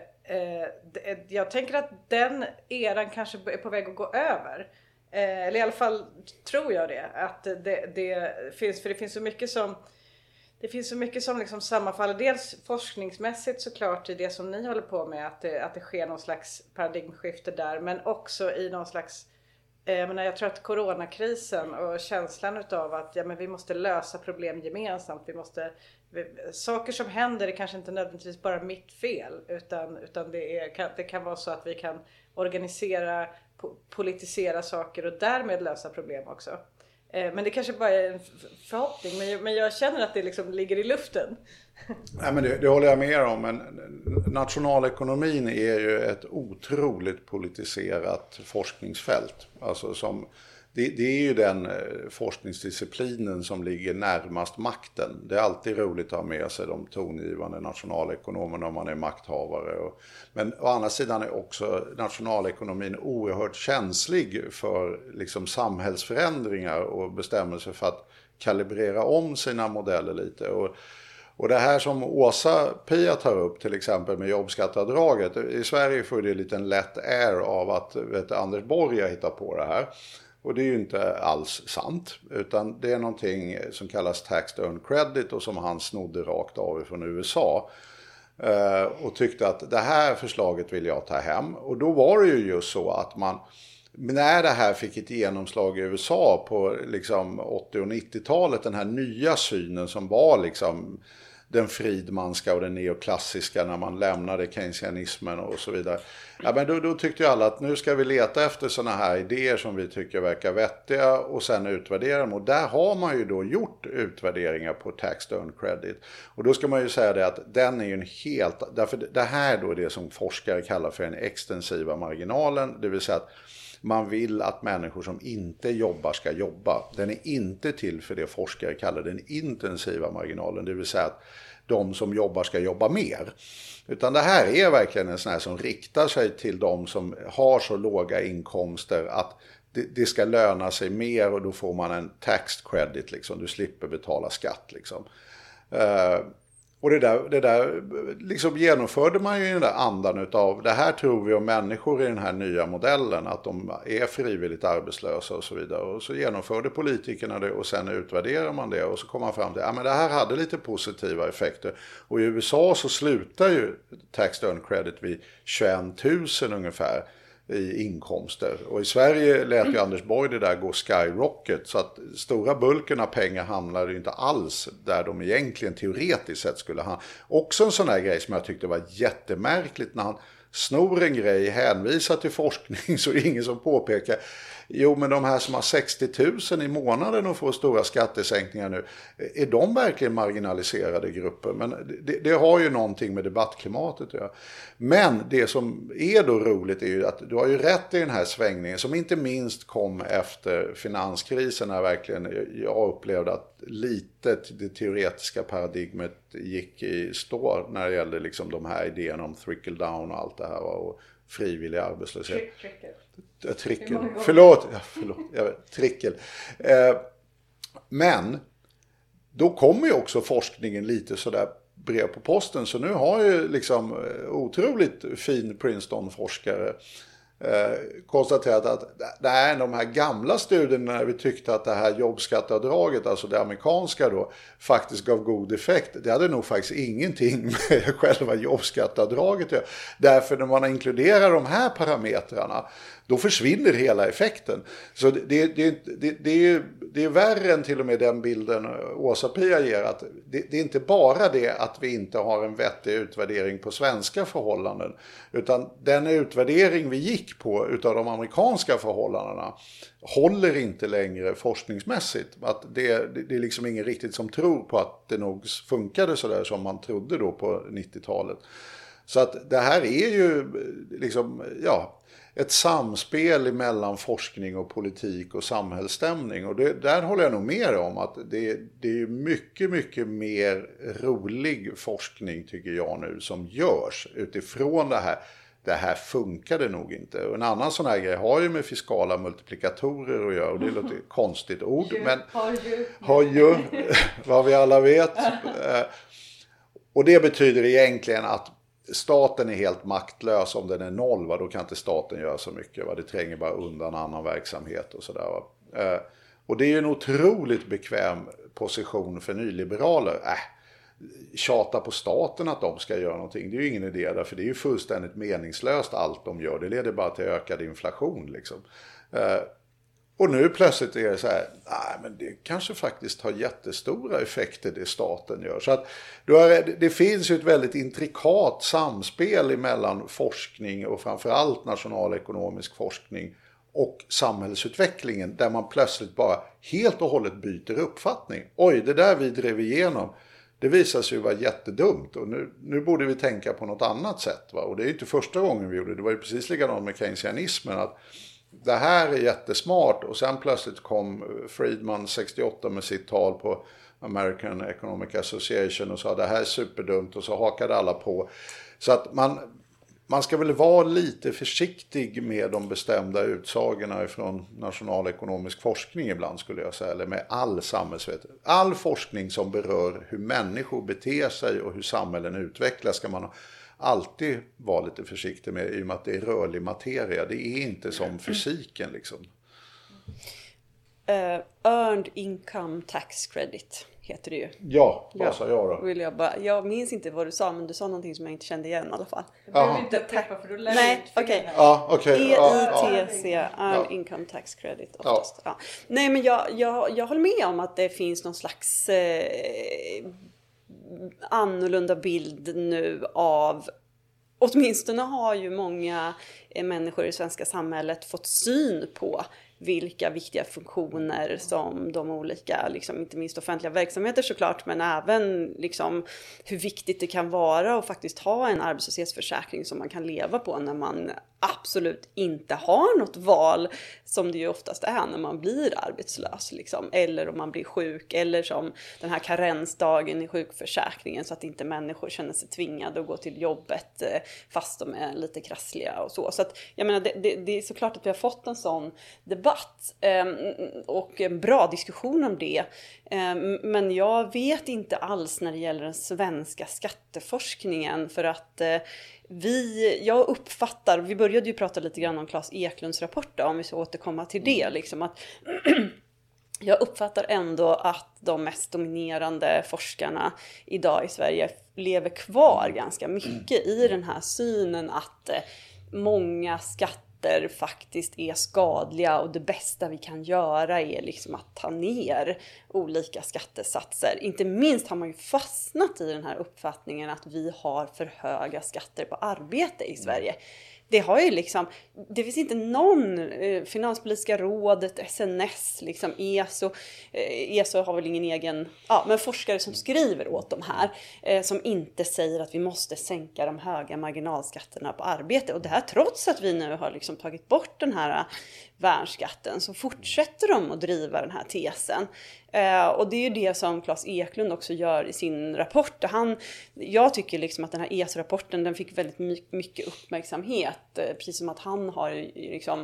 det, jag tänker att den eran kanske är på väg att gå över. Eh, eller i alla fall tror jag det. Att det, det finns, för det finns så mycket som, det finns så mycket som liksom sammanfaller. Dels forskningsmässigt såklart i det som ni håller på med. Att det, att det sker någon slags paradigmskifte där. Men också i någon slags... Jag menar, jag tror att coronakrisen och känslan utav att ja, men vi måste lösa problem gemensamt. Vi måste, vi, saker som händer är kanske inte nödvändigtvis bara mitt fel. Utan, utan det, är, kan, det kan vara så att vi kan organisera, po, politisera saker och därmed lösa problem också. Eh, men det kanske bara är en förhoppning. Men jag, men jag känner att det liksom ligger i luften. Nej, men det, det håller jag med om. Men nationalekonomin är ju ett otroligt politiserat forskningsfält. Alltså som, det, det är ju den forskningsdisciplinen som ligger närmast makten. Det är alltid roligt att ha med sig de tongivande nationalekonomerna om man är makthavare. Och, men å andra sidan är också nationalekonomin oerhört känslig för liksom samhällsförändringar och bestämmelser för att kalibrera om sina modeller lite. Och Och det här som Åsa-Pia tar upp till exempel med jobbskatteavdraget. I Sverige får det lite en lätt air av att vet, Anders Borg har hittat på det här. Och det är ju inte alls sant. Utan det är någonting som kallas tax earned credit och som han snodde rakt av från U S A. Och tyckte att det här förslaget vill jag ta hem. Och då var det ju just så att man... När det här fick ett genomslag i U S A på liksom åttio- och nittiotalet, den här nya synen som var liksom den Friedmanska och den neoklassiska när man lämnade keynesianismen och så vidare. Ja, men då, då tyckte ju alla att nu ska vi leta efter såna här idéer som vi tycker verkar vettiga och sen utvärdera dem. Och där har man ju då gjort utvärderingar på tax earned credit. Och då ska man ju säga det att den är ju en helt... Därför det här då är det som forskare kallar för den extensiva marginalen. Det vill säga att man vill att människor som inte jobbar ska jobba. Den är inte till för det forskare kallar den intensiva marginalen. Det vill säga att de som jobbar ska jobba mer. Utan det här är verkligen en sån här som riktar sig till de som har så låga inkomster att det, det ska löna sig mer och då får man en tax credit. Liksom. Du slipper betala skatt. Liksom. Uh, Och det där, det där liksom genomförde man ju i den där andan utav det här tror vi om människor i den här nya modellen, att de är frivilligt arbetslösa och så vidare. Och så genomförde politikerna det och sen utvärderar man det och så kommer man fram till att ja, det här hade lite positiva effekter. Och i U S A så slutar ju tax earn credit vid tjugoett tusen ungefär i inkomster. Och i Sverige lät ju Anders Borg det där gå skyrocket, så att stora bulken av pengar hamnade ju inte alls där de egentligen teoretiskt sett skulle ha. Också en sån här grej som jag tyckte var jättemärkligt, när han snor en grej, hänvisar till forskning, så är det ingen som påpekar jo men de här som har sextio tusen i månaden och får stora skattesänkningar nu, är de verkligen marginaliserade grupper? Men det, det har ju någonting med debattklimatet att göra. Men det som är då roligt är ju att du har ju rätt i den här svängningen som inte minst kom efter finanskrisen, när verkligen jag upplevde att lite det teoretiska paradigmet gick i stå när det gällde liksom de här idéerna om trickle down och allt det här och frivillig arbetslöshet. Trick, trickle. Trickel. Förlåt, ja, förlåt, jag vet, trickel. Eh, men då kommer ju också forskningen lite sådär brev på posten. Så nu har ju liksom otroligt fin Princeton-forskare eh, konstaterat att nej, de här gamla studierna när vi tyckte att det här jobbskatteavdraget, alltså det amerikanska då, faktiskt gav god effekt. Det hade nog faktiskt ingenting med själva jobbskatteavdraget. Därför när man inkluderar de här parametrarna, då försvinner hela effekten. Så det, det, det, det, är ju, det är värre än till och med den bilden Åsa-Pia ger. Att det, det är inte bara det att vi inte har en vettig utvärdering på svenska förhållanden. Utan den utvärdering vi gick på utav de amerikanska förhållandena håller inte längre forskningsmässigt. Att det, det, det är liksom ingen riktigt som tror på att det nog funkade så där som man trodde då på nittiotalet. Så att det här är ju liksom, ja, ett samspel mellan forskning och politik och samhällsstämning. Och det, där håller jag nog med om att det, det är mycket, mycket mer rolig forskning tycker jag nu som görs utifrån det här. Det här funkade nog inte. Och en annan sån här grej har ju med fiskala multiplikatorer att göra. Och det låter ett konstigt ord. Ju, men har ju. Har ju, vad vi alla vet. Och det betyder egentligen att staten är helt maktlös. Om den är noll, va, då kan inte staten göra så mycket. Va? Det tränger bara undan annan verksamhet och sådär. Va? Och det är ju en otroligt bekväm position för nyliberaler. Äh, tjata på staten att de ska göra någonting. Det är ju ingen idé där, för det är ju fullständigt meningslöst allt de gör. Det leder bara till ökad inflation liksom. Och nu plötsligt är det så här, nej men det kanske faktiskt har jättestora effekter det staten gör. Så att det finns ju ett väldigt intrikat samspel mellan forskning och framförallt nationalekonomisk forskning och samhällsutvecklingen, där man plötsligt bara helt och hållet byter uppfattning. Oj, det där vi drev igenom, det visar sig ju vara jättedumt och nu, nu borde vi tänka på något annat sätt. Va? Och det är inte första gången vi gjorde det, det var ju precis likadant med keynesianismen, att det här är jättesmart och sen plötsligt kom Friedman sextioåtta med sitt tal på American Economic Association och sa det här är superdumt och så hakade alla på. Så att man, man ska väl vara lite försiktig med de bestämda utsagorna från nationalekonomisk forskning ibland skulle jag säga, eller med all samhällsvetenskap. All forskning som berör hur människor beter sig och hur samhällen utvecklas ska man alltid vara lite försiktig med, i och med att det är rörlig materia. Det är inte som fysiken liksom. Uh, earned income tax credit heter det ju. Ja, vad sa jag då? Vill jag, bara, jag minns inte vad du sa, men du sa någonting som jag inte kände igen i alla fall. Jag behöver inte upprepa för du lär Nej, okej. Okay. Ja, okay. E I T C, Earned ja. Income Tax Credit oftast. Ja. Ja. Nej, men jag, jag, jag håller med om att det finns någon slags eh, annorlunda bild nu av, åtminstone har ju många människor i det svenska samhället fått syn på vilka viktiga funktioner som de olika, liksom, inte minst offentliga verksamheter såklart, men även liksom, hur viktigt det kan vara att faktiskt ha en arbetslöshetsförsäkring som man kan leva på när man absolut inte har något val, som det ju oftast är när man blir arbetslös liksom, eller om man blir sjuk, eller som den här karensdagen i sjukförsäkringen, så att inte människor känner sig tvingade att gå till jobbet fast de är lite krassliga och så. Så att, jag menar, det, det, det är såklart att vi har fått en sån debatt. debatt och en bra diskussion om det. Men jag vet inte alls när det gäller den svenska skatteforskningen, för att vi, jag uppfattar, vi började ju prata lite grann om Klas Eklunds rapport då, om vi ska återkomma till det, liksom att jag uppfattar ändå att de mest dominerande forskarna idag i Sverige lever kvar ganska mycket i den här synen att många skatter faktiskt är skadliga och det bästa vi kan göra är liksom att ta ner olika skattesatser. Inte minst har man ju fastnat i den här uppfattningen att vi har för höga skatter på arbete i Sverige. Det har ju liksom, det finns inte någon eh, Finanspolitiska rådet, S N S, liksom E S O, eh, E S O har väl ingen egen, ja, men forskare som skriver åt de här eh, som inte säger att vi måste sänka de höga marginalskatterna på arbete. Och det här trots att vi nu har liksom tagit bort den här värnskatten, så fortsätter de att driva den här tesen. Eh, och det är ju det som Klas Eklund också gör i sin rapport. Han, jag tycker liksom att den här E S O-rapporten, den fick väldigt my- mycket uppmärksamhet. Eh, precis som att han har liksom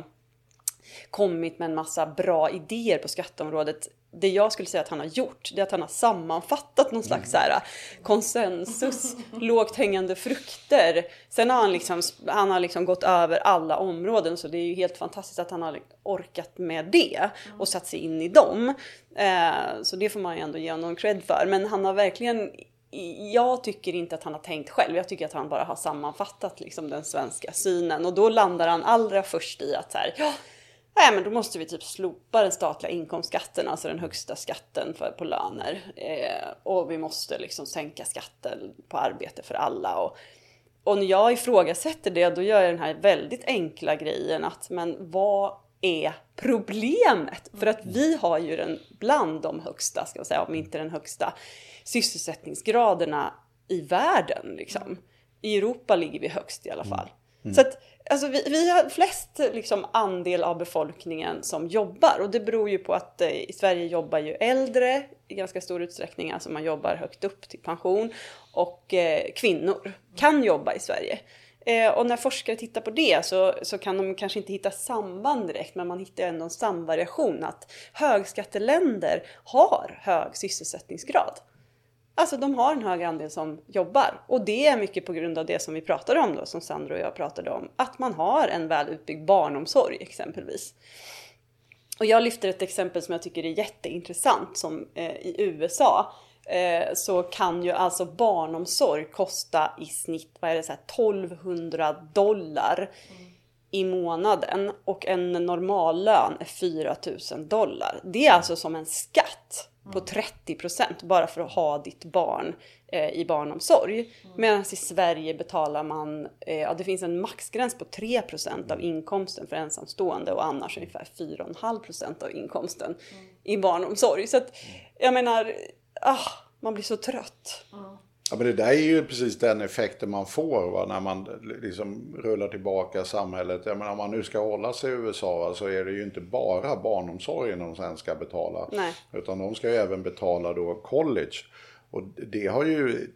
kommit med en massa bra idéer på skatteområdet. Det jag skulle säga att han har gjort, det är att han har sammanfattat någon slags så här konsensus, lågt hängande frukter. Sen har han liksom, han har liksom gått över alla områden, så det är ju helt fantastiskt att han har orkat med det och satt sig in i dem. Eh, så det får man ju ändå ge honom cred för. Men han har verkligen, jag tycker inte att han har tänkt själv. Jag tycker att han bara har sammanfattat liksom den svenska synen. Och då landar han allra först i att så här, ja, nej, men då måste vi typ slopa den statliga inkomstskatten, alltså den högsta skatten för, på löner. Eh, och vi måste liksom sänka skatten på arbete för alla. Och, och när jag ifrågasätter det, då gör jag den här väldigt enkla grejen att, men vad är problemet? För att vi har ju den bland de högsta, ska jag säga, om inte den högsta sysselsättningsgraderna i världen. Liksom. I Europa ligger vi högst i alla fall. Mm. Så att alltså, vi, vi har flest liksom, andel av befolkningen som jobbar. Och det beror ju på att eh, i Sverige jobbar ju äldre i ganska stor utsträckning. Alltså man jobbar högt upp till pension. Och eh, kvinnor kan jobba i Sverige. Eh, och när forskare tittar på det så, så kan de kanske inte hitta samband direkt. Men man hittar ändå en samvariation att högskatteländer har hög sysselsättningsgrad. Alltså de har en hög andel som jobbar. Och det är mycket på grund av det som vi pratade om då, som Sandra och jag pratade om. Att man har en väl utbyggd barnomsorg exempelvis. Och jag lyfter ett exempel som jag tycker är jätteintressant. Som eh, i U S A eh, så kan ju alltså barnomsorg kosta i snitt, vad är det, så här, tolvhundra dollar mm. i månaden. Och en normallön är fyra tusen dollar. Det är alltså som en skatt på trettio procent bara för att ha ditt barn eh, i barnomsorg. Mm. Medan i Sverige betalar man, eh, ja, det finns en maxgräns på tre procent av inkomsten för ensamstående och annars ungefär fyra komma fem procent av inkomsten mm. i barnomsorg. Så att, jag menar, ah, man blir så trött. Mm. Ja, men det där är ju precis den effekten man får, va, när man liksom rullar tillbaka samhället. Jag menar, om man nu ska hålla sig i U S A, va, så är det ju inte bara barnomsorgen de sen ska betala. Nej. Utan de ska ju även betala då college. Och det har ju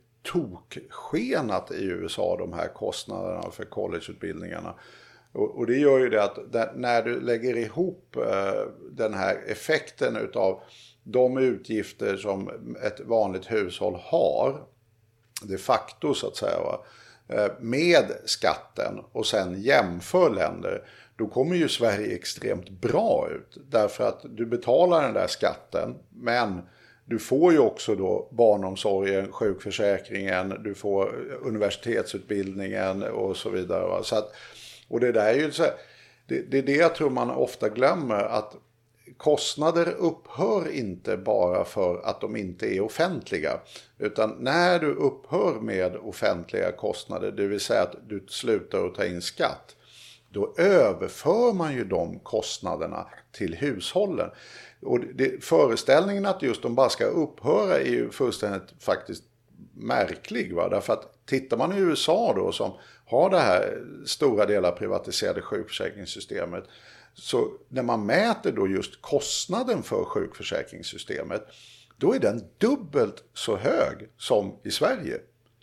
tokskenat i U S A, de här kostnaderna för collegeutbildningarna. Och, och det gör ju det att där, när du lägger ihop eh, den här effekten utav de utgifter som ett vanligt hushåll har de facto så att säga, va, med skatten och sen jämför länder, då kommer ju Sverige extremt bra ut. Därför att du betalar den där skatten, men du får ju också då barnomsorgen, sjukförsäkringen, du får universitetsutbildningen och så vidare. Va. Så att, och det där är ju så här, det, det är det jag tror man ofta glömmer, att kostnader upphör inte bara för att de inte är offentliga. Utan när du upphör med offentliga kostnader, det vill säga att du slutar att ta in skatt, då överför man ju de kostnaderna till hushållen. Och det, föreställningen att just de bara ska upphöra är ju fullständigt faktiskt märklig. Va? Därför att tittar man i U S A då, som har det här stora delar privatiserade sjukförsäkringssystemet, så när man mäter då just kostnaden för sjukförsäkringssystemet, då är den dubbelt så hög som i Sverige.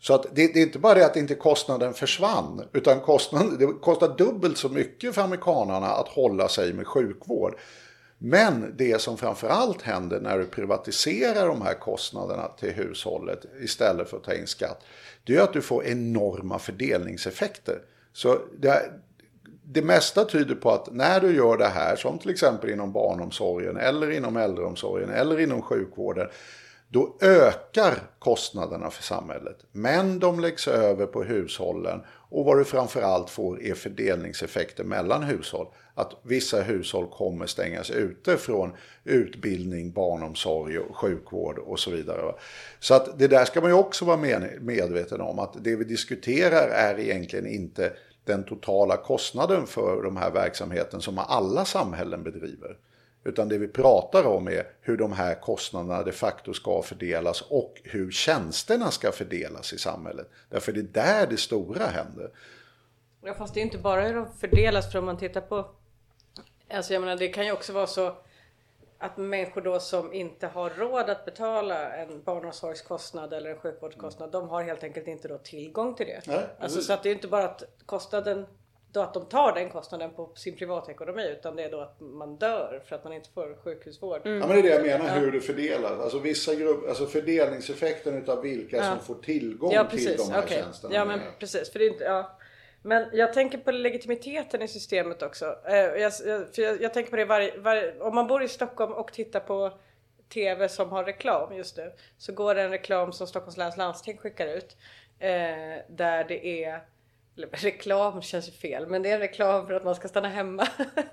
Så att det, det är inte bara det att inte kostnaden försvann, utan kostnaden, det kostar dubbelt så mycket för amerikanerna att hålla sig med sjukvård. Men det som framförallt händer när du privatiserar de här kostnaderna till hushållet istället för att ta in skatt, det är att du får enorma fördelningseffekter. Så det, det mesta tyder på att när du gör det här, som till exempel inom barnomsorgen eller inom äldreomsorgen eller inom sjukvården, då ökar kostnaderna för samhället. Men de läggs över på hushållen, och vad du framförallt får är fördelningseffekter mellan hushåll. Att vissa hushåll kommer stängas ute från utbildning, barnomsorg, och sjukvård och så vidare. Så att det där ska man ju också vara medveten om, att det vi diskuterar är egentligen inte den totala kostnaden för de här verksamheten som alla samhällen bedriver. Utan det vi pratar om är hur de här kostnaderna de facto ska fördelas och hur tjänsterna ska fördelas i samhället. Därför det är där det stora händer. Ja, fast det är inte bara hur de fördelas, för om man tittar på... Alltså jag menar, det kan ju också vara så att människor då som inte har råd att betala en barnomsorgskostnad eller en sjukvårdskostnad, de har helt enkelt inte då tillgång till det. Nej, alltså, så att det är inte bara att kostnaden... Då att de tar den kostnaden på sin privatekonomi, utan det är då att man dör för att man inte får sjukhusvård. Mm. Ja, men det är det jag menar, hur det fördelas. Alltså vissa grupper, alltså fördelningseffekten utav vilka ja. som får tillgång ja, precis. till de här okay. tjänsterna. Ja, men precis. För det är inte, ja. Men jag tänker på legitimiteten i systemet också. Jag, jag, för jag, jag tänker på det varje, varje, om man bor i Stockholm och tittar på tv som har reklam just nu, så går det en reklam som Stockholms läns landsting skickar ut, eh, där det är reklam, känns ju fel, men det är en reklam för att man ska stanna hemma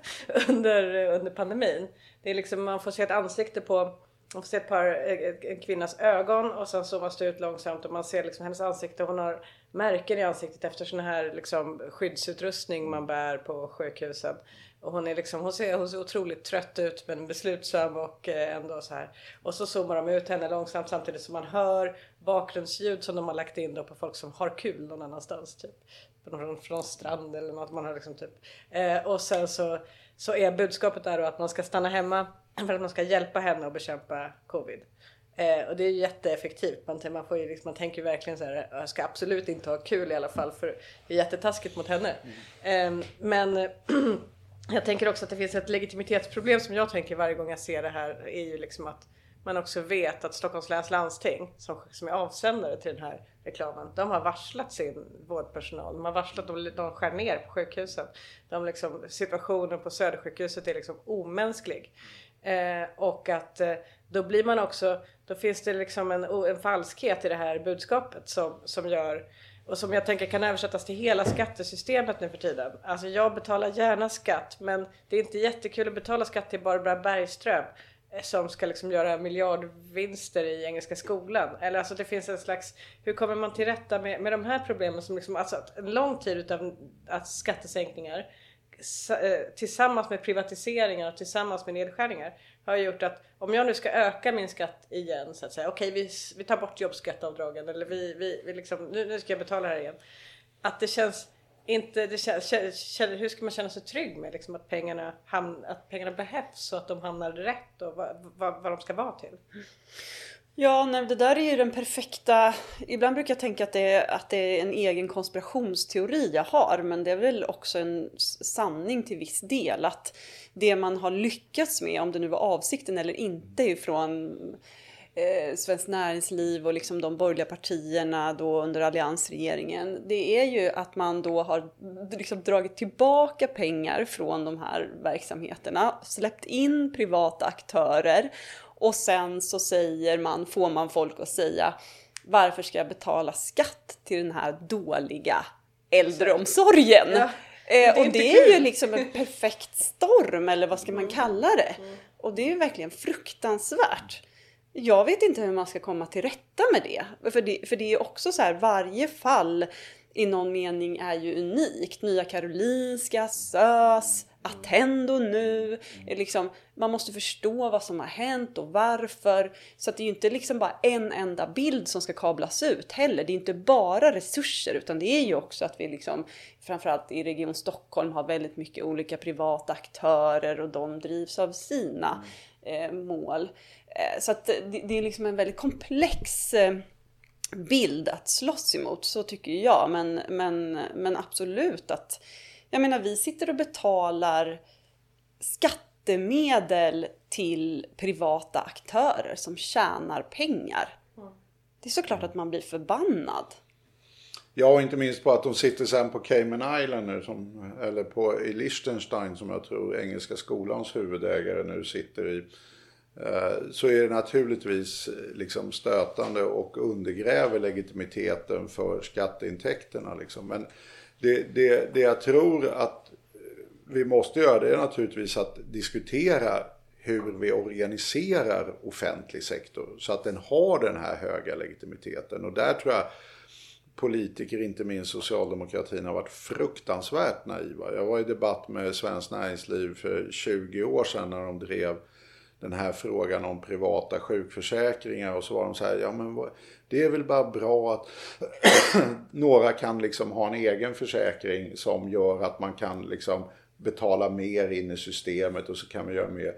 under, under pandemin. Det är liksom, man får se ett ansikte på, man får se ett par, en kvinnas ögon, och sen zoomas det ut långsamt och man ser liksom hennes ansikte. Hon har märken i ansiktet efter sån här liksom skyddsutrustning man bär på sjukhusen. Och hon är liksom, hon ser, hon ser otroligt trött ut, men beslutsam och eh, ändå så här. Och så zoomar de ut henne långsamt samtidigt som man hör bakgrundsljud som de har lagt in då på folk som har kul någon annanstans, typ från, från strand eller något man har liksom typ. Eh, och sen så, så är budskapet där då att man ska stanna hemma för att man ska hjälpa henne att bekämpa covid. Eh, och det är ju jätteeffektivt. Man, man, får ju liksom, man tänker ju verkligen så här, jag ska absolut inte ha kul i alla fall, för det är jättetaskigt mot henne. Mm. Eh, men jag tänker också att det finns ett legitimitetsproblem som jag tänker varje gång jag ser det här, är ju liksom att man också vet att Stockholms läns landsting, som, som är avsändare till den här reklamen, de har varslat sin vårdpersonal. De har varslat, de, de skär ner på sjukhusen. De liksom, situationen på Södersjukhuset är liksom omänsklig. Eh, och att eh, då blir man också, då finns det liksom en, en falskhet i det här budskapet som, som gör, och som jag tänker kan översättas till hela skattesystemet nu för tiden. Alltså jag betalar gärna skatt, men det är inte jättekul att betala skatt till Barbara Bergström som ska liksom göra miljardvinster i Engelska skolan. Eller alltså det finns en slags, hur kommer man till rätta med, med de här problemen som liksom, alltså en lång tid utav att skattesänkningar tillsammans med privatiseringar och tillsammans med nedskärningar har gjort att om jag nu ska öka min skatt igen, så att säga, okej okay, vi, vi tar bort jobbskatteavdragen, eller vi, vi, vi liksom, nu, nu ska jag betala här igen. Att det känns inte, det känns, känns, hur ska man känna sig trygg med liksom att, pengarna hamn, att pengarna behövs så att de hamnar rätt och vad, vad, vad de ska vara till? Ja, nej, det där är ju den perfekta... Ibland brukar jag tänka att det, är, att det är en egen konspirationsteori jag har. Men det är väl också en sanning till viss del. Att det man har lyckats med, om det nu var avsikten eller inte, ifrån eh, Svenskt Näringsliv och liksom de borgerliga partierna då under alliansregeringen. Det är ju att man då har liksom dragit tillbaka pengar från de här verksamheterna. Släppt in privata aktörer. Och sen så säger man, får man folk att säga, varför ska jag betala skatt till den här dåliga äldreomsorgen? Ja, det är och det är kul. Ju liksom en perfekt storm, eller vad ska man kalla det? Mm. Och det är ju verkligen fruktansvärt. Jag vet inte hur man ska komma till rätta med det. För det, för det är också så här, varje fall i någon mening är ju unikt. Nya Karolinska, S Ö S, Attendo nu. Liksom, man måste förstå vad som har hänt och varför. Så att det är ju inte liksom bara en enda bild som ska kablas ut heller. Det är inte bara resurser, utan det är ju också att vi liksom, framförallt i Region Stockholm, har väldigt mycket olika privata aktörer och de drivs av sina eh, mål. Eh, så att det, det är liksom en väldigt komplex... Eh, bild att slåss emot, så tycker jag. Men, men, men absolut att, jag menar, vi sitter och betalar skattemedel till privata aktörer som tjänar pengar. Det är såklart att man blir förbannad. Ja, inte minst på att de sitter sen på Cayman Island som, eller på i Liechtenstein som jag tror engelska skolans huvudägare nu sitter i. Så är det naturligtvis liksom stötande och undergräver legitimiteten för skatteintäkterna. Liksom. Men det, det, det jag tror att vi måste göra, det är naturligtvis att diskutera hur vi organiserar offentlig sektor så att den har den här höga legitimiteten. Och där tror jag politiker, inte minst socialdemokratin, har varit fruktansvärt naiva. Jag var i debatt med Svenskt Näringsliv för tjugo år sedan när de drev den här frågan om privata sjukförsäkringar, och så var de så här, ja men det är väl bara bra att några kan liksom ha en egen försäkring som gör att man kan liksom betala mer in i systemet och så kan vi göra mer.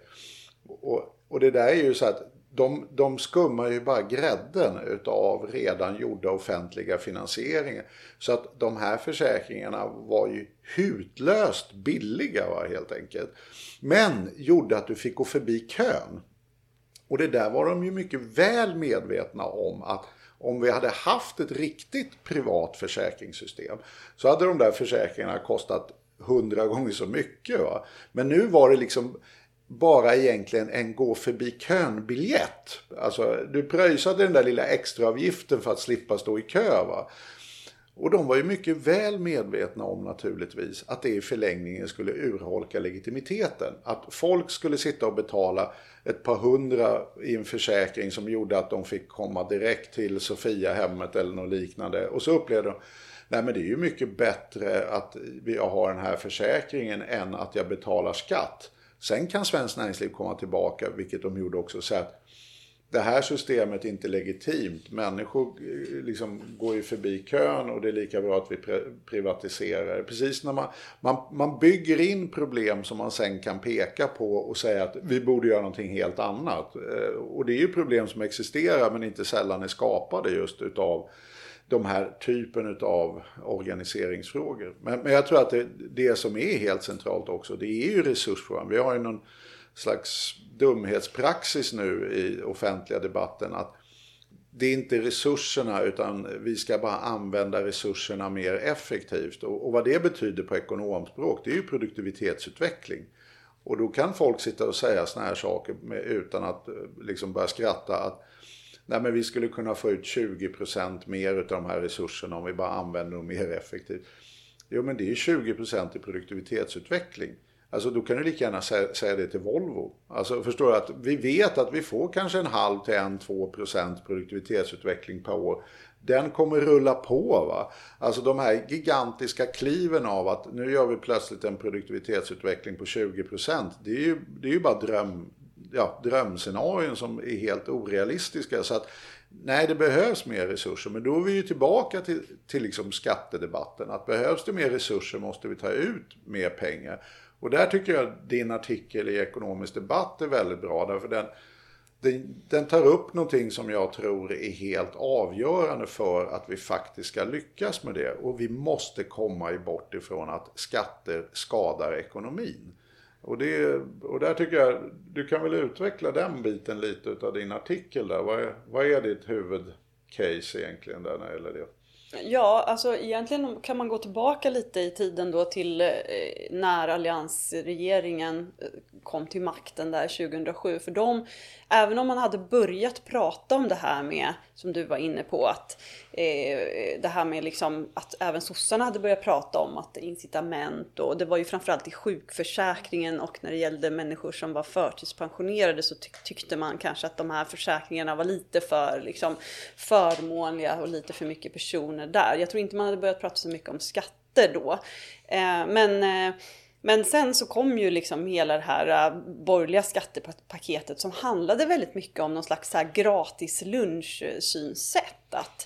Och, och det där är ju så att de, de skummar ju bara grädden utav redan gjorda offentliga finansieringar. Så att de här försäkringarna var ju hutlöst billiga, va, helt enkelt. Men gjorde att du fick gå förbi kön. Och det där var de ju mycket väl medvetna om, att om vi hade haft ett riktigt privat försäkringssystem så hade de där försäkringarna kostat hundra gånger så mycket. Va? Men nu var det liksom bara egentligen en gå förbi kön-biljett. Alltså du pröjsade den där lilla extraavgiften för att slippa stå i kö, va? Och de var ju mycket väl medvetna om naturligtvis att det i förlängningen skulle urholka legitimiteten. Att folk skulle sitta och betala ett par hundra i en försäkring som gjorde att de fick komma direkt till Sofia hemmet eller något liknande. Och så upplevde de, nej men det är ju mycket bättre att jag har den här försäkringen än att jag betalar skatt. Sen kan Svenskt Näringsliv komma tillbaka, vilket de gjorde också, så att det här systemet är inte legitimt. Människor liksom går ju förbi kön och det är lika bra att vi privatiserar. Precis när man, man, man bygger in problem som man sen kan peka på och säga att vi borde göra någonting helt annat. Och det är ju problem som existerar men inte sällan är skapade just utav de här typen av organiseringsfrågor. Men, men jag tror att det, det som är helt centralt också, det är ju resursfrågan. Vi har ju någon slags dumhetspraxis nu i offentliga debatten att det är inte resurserna utan vi ska bara använda resurserna mer effektivt. Och, och vad det betyder på ekonomspråk, det är ju produktivitetsutveckling. Och då kan folk sitta och säga såna här saker med, utan att liksom börja skratta att nej, men vi skulle kunna få ut tjugo procent mer av de här resurserna om vi bara använder dem mer effektivt. Jo, men det är ju tjugo procent i produktivitetsutveckling. Alltså då kan du lika gärna säga, säga det till Volvo. Alltså förstår du att vi vet att vi får kanske en halv till en, två procent produktivitetsutveckling per år. Den kommer rulla på, va. Alltså de här gigantiska kliven av att nu gör vi plötsligt en produktivitetsutveckling på tjugo procent. Det är ju, det är ju bara dröm, ja, drömscenarion som är helt orealistiska. Så att nej, det behövs mer resurser. Men då är vi ju tillbaka till, till liksom skattedebatten. Att behövs det mer resurser måste vi ta ut mer pengar. Och där tycker jag din artikel i Ekonomisk debatt är väldigt bra. Därför den, den, den tar upp någonting som jag tror är helt avgörande för att vi faktiskt ska lyckas med det. Och vi måste komma bort ifrån att skatter skadar ekonomin. Och, det, och där tycker jag, du kan väl utveckla den biten lite av din artikel där. Vad är, vad är ditt huvudcase egentligen där när det gäller det? Ja, alltså egentligen kan man gå tillbaka lite i tiden då till eh, när alliansregeringen kom till makten där tjugohundrasju. För de, även om man hade börjat prata om det här med, som du var inne på, att eh, det här med liksom att även sossarna hade börjat prata om att incitament, och det var ju framförallt i sjukförsäkringen och när det gällde människor som var förtidspensionerade så tyck- tyckte man kanske att de här försäkringarna var lite för liksom, förmånliga och lite för mycket personer där. Jag tror inte man hade börjat prata så mycket om skatter då. Eh, men, eh, men sen så kom ju liksom hela det här uh, borgerliga skattepaketet som handlade väldigt mycket om någon slags så här gratis lunch-synsätt. Att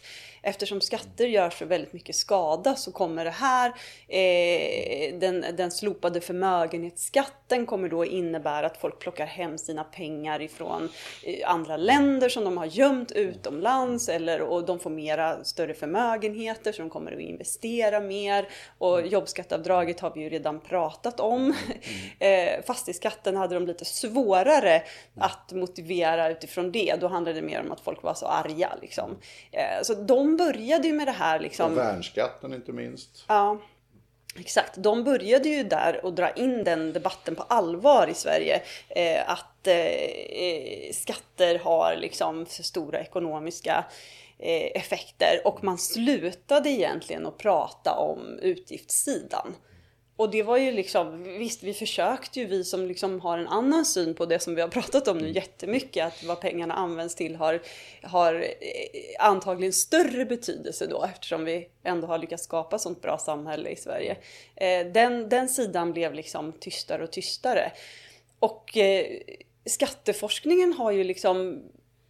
eftersom skatter gör så väldigt mycket skada så kommer det här, eh, den, den slopade förmögenhetsskatten kommer då innebära att folk plockar hem sina pengar ifrån eh, andra länder som de har gömt utomlands, eller, och de får mera större förmögenheter så de kommer att investera mer, och jobbskatteavdraget har vi ju redan pratat om. eh, fastighetsskatten hade de lite svårare att motivera utifrån det, då handlade det mer om att folk var så arga liksom. Eh, så de började ju med det här liksom. Och värnskatten inte minst. Ja, exakt. De började ju där och dra in den debatten på allvar i Sverige. Eh, att eh, skatter har liksom för stora ekonomiska eh, effekter. Och man slutade egentligen att prata om utgiftssidan. Och det var ju liksom, visst vi försökte ju, vi som liksom har en annan syn på det som vi har pratat om nu jättemycket, att vad pengarna används till har, har antagligen större betydelse då, eftersom vi ändå har lyckats skapa sånt bra samhälle i Sverige. Den, den sidan blev liksom tystare och tystare. Och skatteforskningen har ju liksom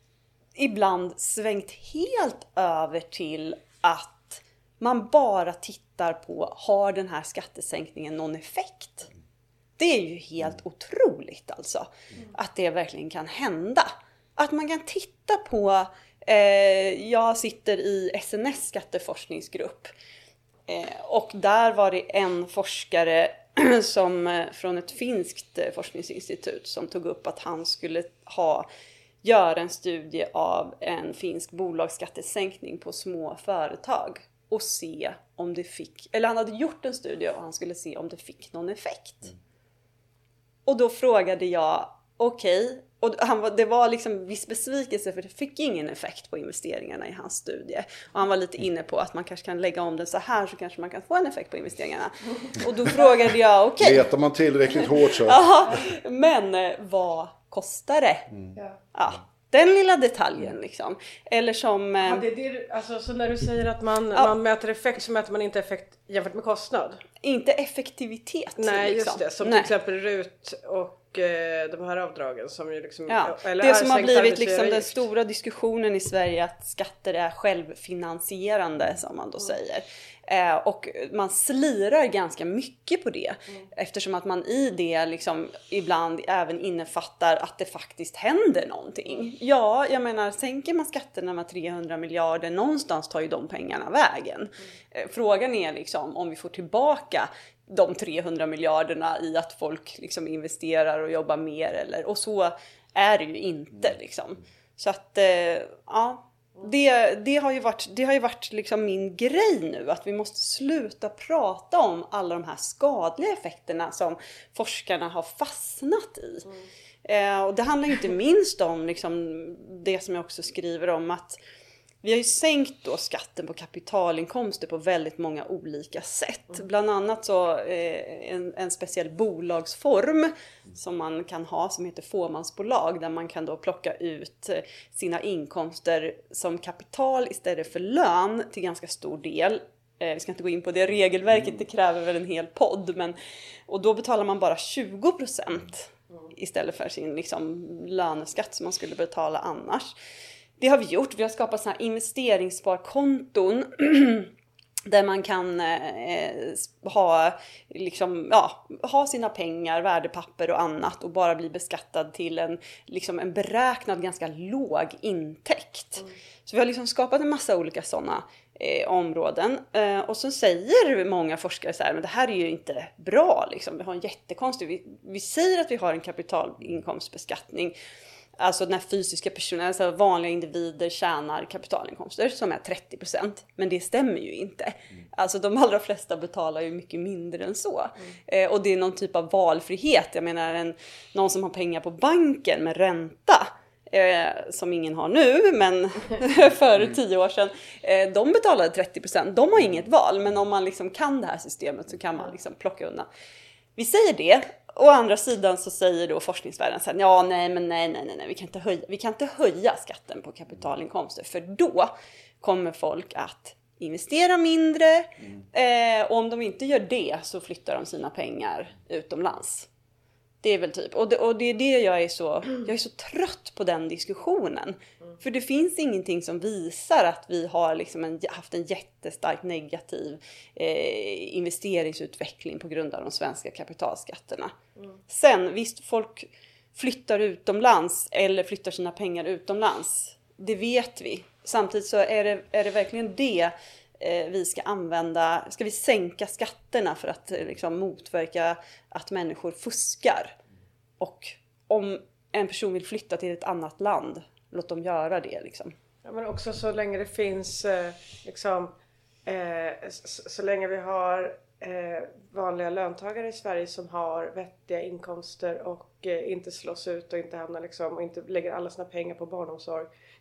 ibland svängt helt över till att man bara tittar på, har den här skattesänkningen någon effekt? Det är ju helt otroligt alltså. Mm. Att det verkligen kan hända. Att man kan titta på, eh, jag sitter i S N S skatteforskningsgrupp. Eh, och där var det en forskare som, från ett finskt forskningsinstitut som tog upp att han skulle ha göra en studie av en finsk bolagsskattesänkning på små företag. Och se om det fick, eller han hade gjort en studie och han skulle se om det fick någon effekt. Mm. Och då frågade jag, okej, okay, och han var, det var liksom viss besvikelse för det fick ingen effekt på investeringarna i hans studie. Och han var lite inne på att man kanske kan lägga om den så här så kanske man kan få en effekt på investeringarna. Och då frågade jag, okej. Okay, letar man tillräckligt hårt så. Aha, men vad kostar det? Mm. Ja. Den lilla detaljen liksom. Eller som... Ja, det är det, alltså, så när du säger att man, ja. man mäter effekt så mäter man inte effekt jämfört med kostnad? Inte effektivitet. Nej, liksom. just det. Som Nej. till exempel R U T och eh, de här avdragen som ju liksom... Ja. Eller det som har blivit liksom den stora diskussionen i Sverige, att skatter är självfinansierande som man då mm. säger. Eh, och man slirar ganska mycket på det. Mm. Eftersom att man i det liksom ibland även innefattar att det faktiskt händer någonting. Mm. Ja, jag menar, sänker man skatterna med trehundra miljarder, någonstans tar ju de pengarna vägen. Mm. Eh, frågan är liksom om vi får tillbaka de trehundra miljarderna i att folk liksom investerar och jobbar mer. Eller, och så är det ju inte liksom. Så att, eh, ja... Det, det har ju varit, det har ju varit liksom min grej nu, att vi måste sluta prata om alla de här skadliga effekterna som forskarna har fastnat i. Mm. Eh, och det handlar inte minst om liksom det som jag också skriver om, att vi har ju sänkt då skatten på kapitalinkomster på väldigt många olika sätt. Mm. Bland annat så eh, en, en speciell bolagsform mm. som man kan ha som heter fåmansbolag. Där man kan då plocka ut sina inkomster som kapital istället för lön till ganska stor del. Eh, vi ska inte gå in på det regelverket, mm. det kräver väl en hel podd. Men, och då betalar man bara tjugo procent mm. istället för sin liksom, löneskatt som man skulle betala annars. Det har vi gjort. Vi har skapat såna här investeringssparkonton där man kan eh, ha, liksom, ja, ha sina pengar, värdepapper och annat och bara bli beskattad till en, liksom en beräknad ganska låg intäkt. Mm. Så vi har liksom skapat en massa olika sådana eh, områden. Eh, och så säger många forskare så här, men det här är ju inte bra. Liksom. Vi har en jättekonstig, vi, vi säger att vi har en kapitalinkomstbeskattning. Alltså när fysiska personer, alltså vanliga individer tjänar kapitalinkomster som är trettio procent. Men det stämmer ju inte. Mm. Alltså de allra flesta betalar ju mycket mindre än så. Mm. Eh, och det är någon typ av valfrihet. Jag menar en, någon som har pengar på banken med ränta. Eh, som ingen har nu, men för tio år sedan. Eh, de betalade trettio procent. De har inget val. Men om man liksom kan det här systemet så kan man liksom plocka undan. Vi säger det. Å andra sidan så säger då forskningsvärlden så här, ja nej men nej nej nej vi kan inte höja vi kan inte höja skatten på kapitalinkomster, för då kommer folk att investera mindre mm. eh, och om de inte gör det så flyttar de sina pengar utomlands. Det är väl typ. Och det, och det är det jag är så... Jag är så trött på den diskussionen. Mm. För det finns ingenting som visar att vi har liksom en, haft en jättestarkt negativ eh, investeringsutveckling på grund av de svenska kapitalskatterna. Mm. Sen, visst, folk flyttar utomlands eller flyttar sina pengar utomlands. Det vet vi. Samtidigt så är det, är det verkligen det eh, vi ska använda. Ska vi sänka skatterna för att eh, liksom, motverka att människor fuskar? Och om en person vill flytta till ett annat land, låt dem göra det. Liksom. Ja, men också så länge det finns, eh, liksom, eh, så, så länge vi har eh, vanliga löntagare i Sverige som har vettiga inkomster och eh, inte slås ut och inte hamnar liksom, och inte lägger alla sina pengar på barnomsorg.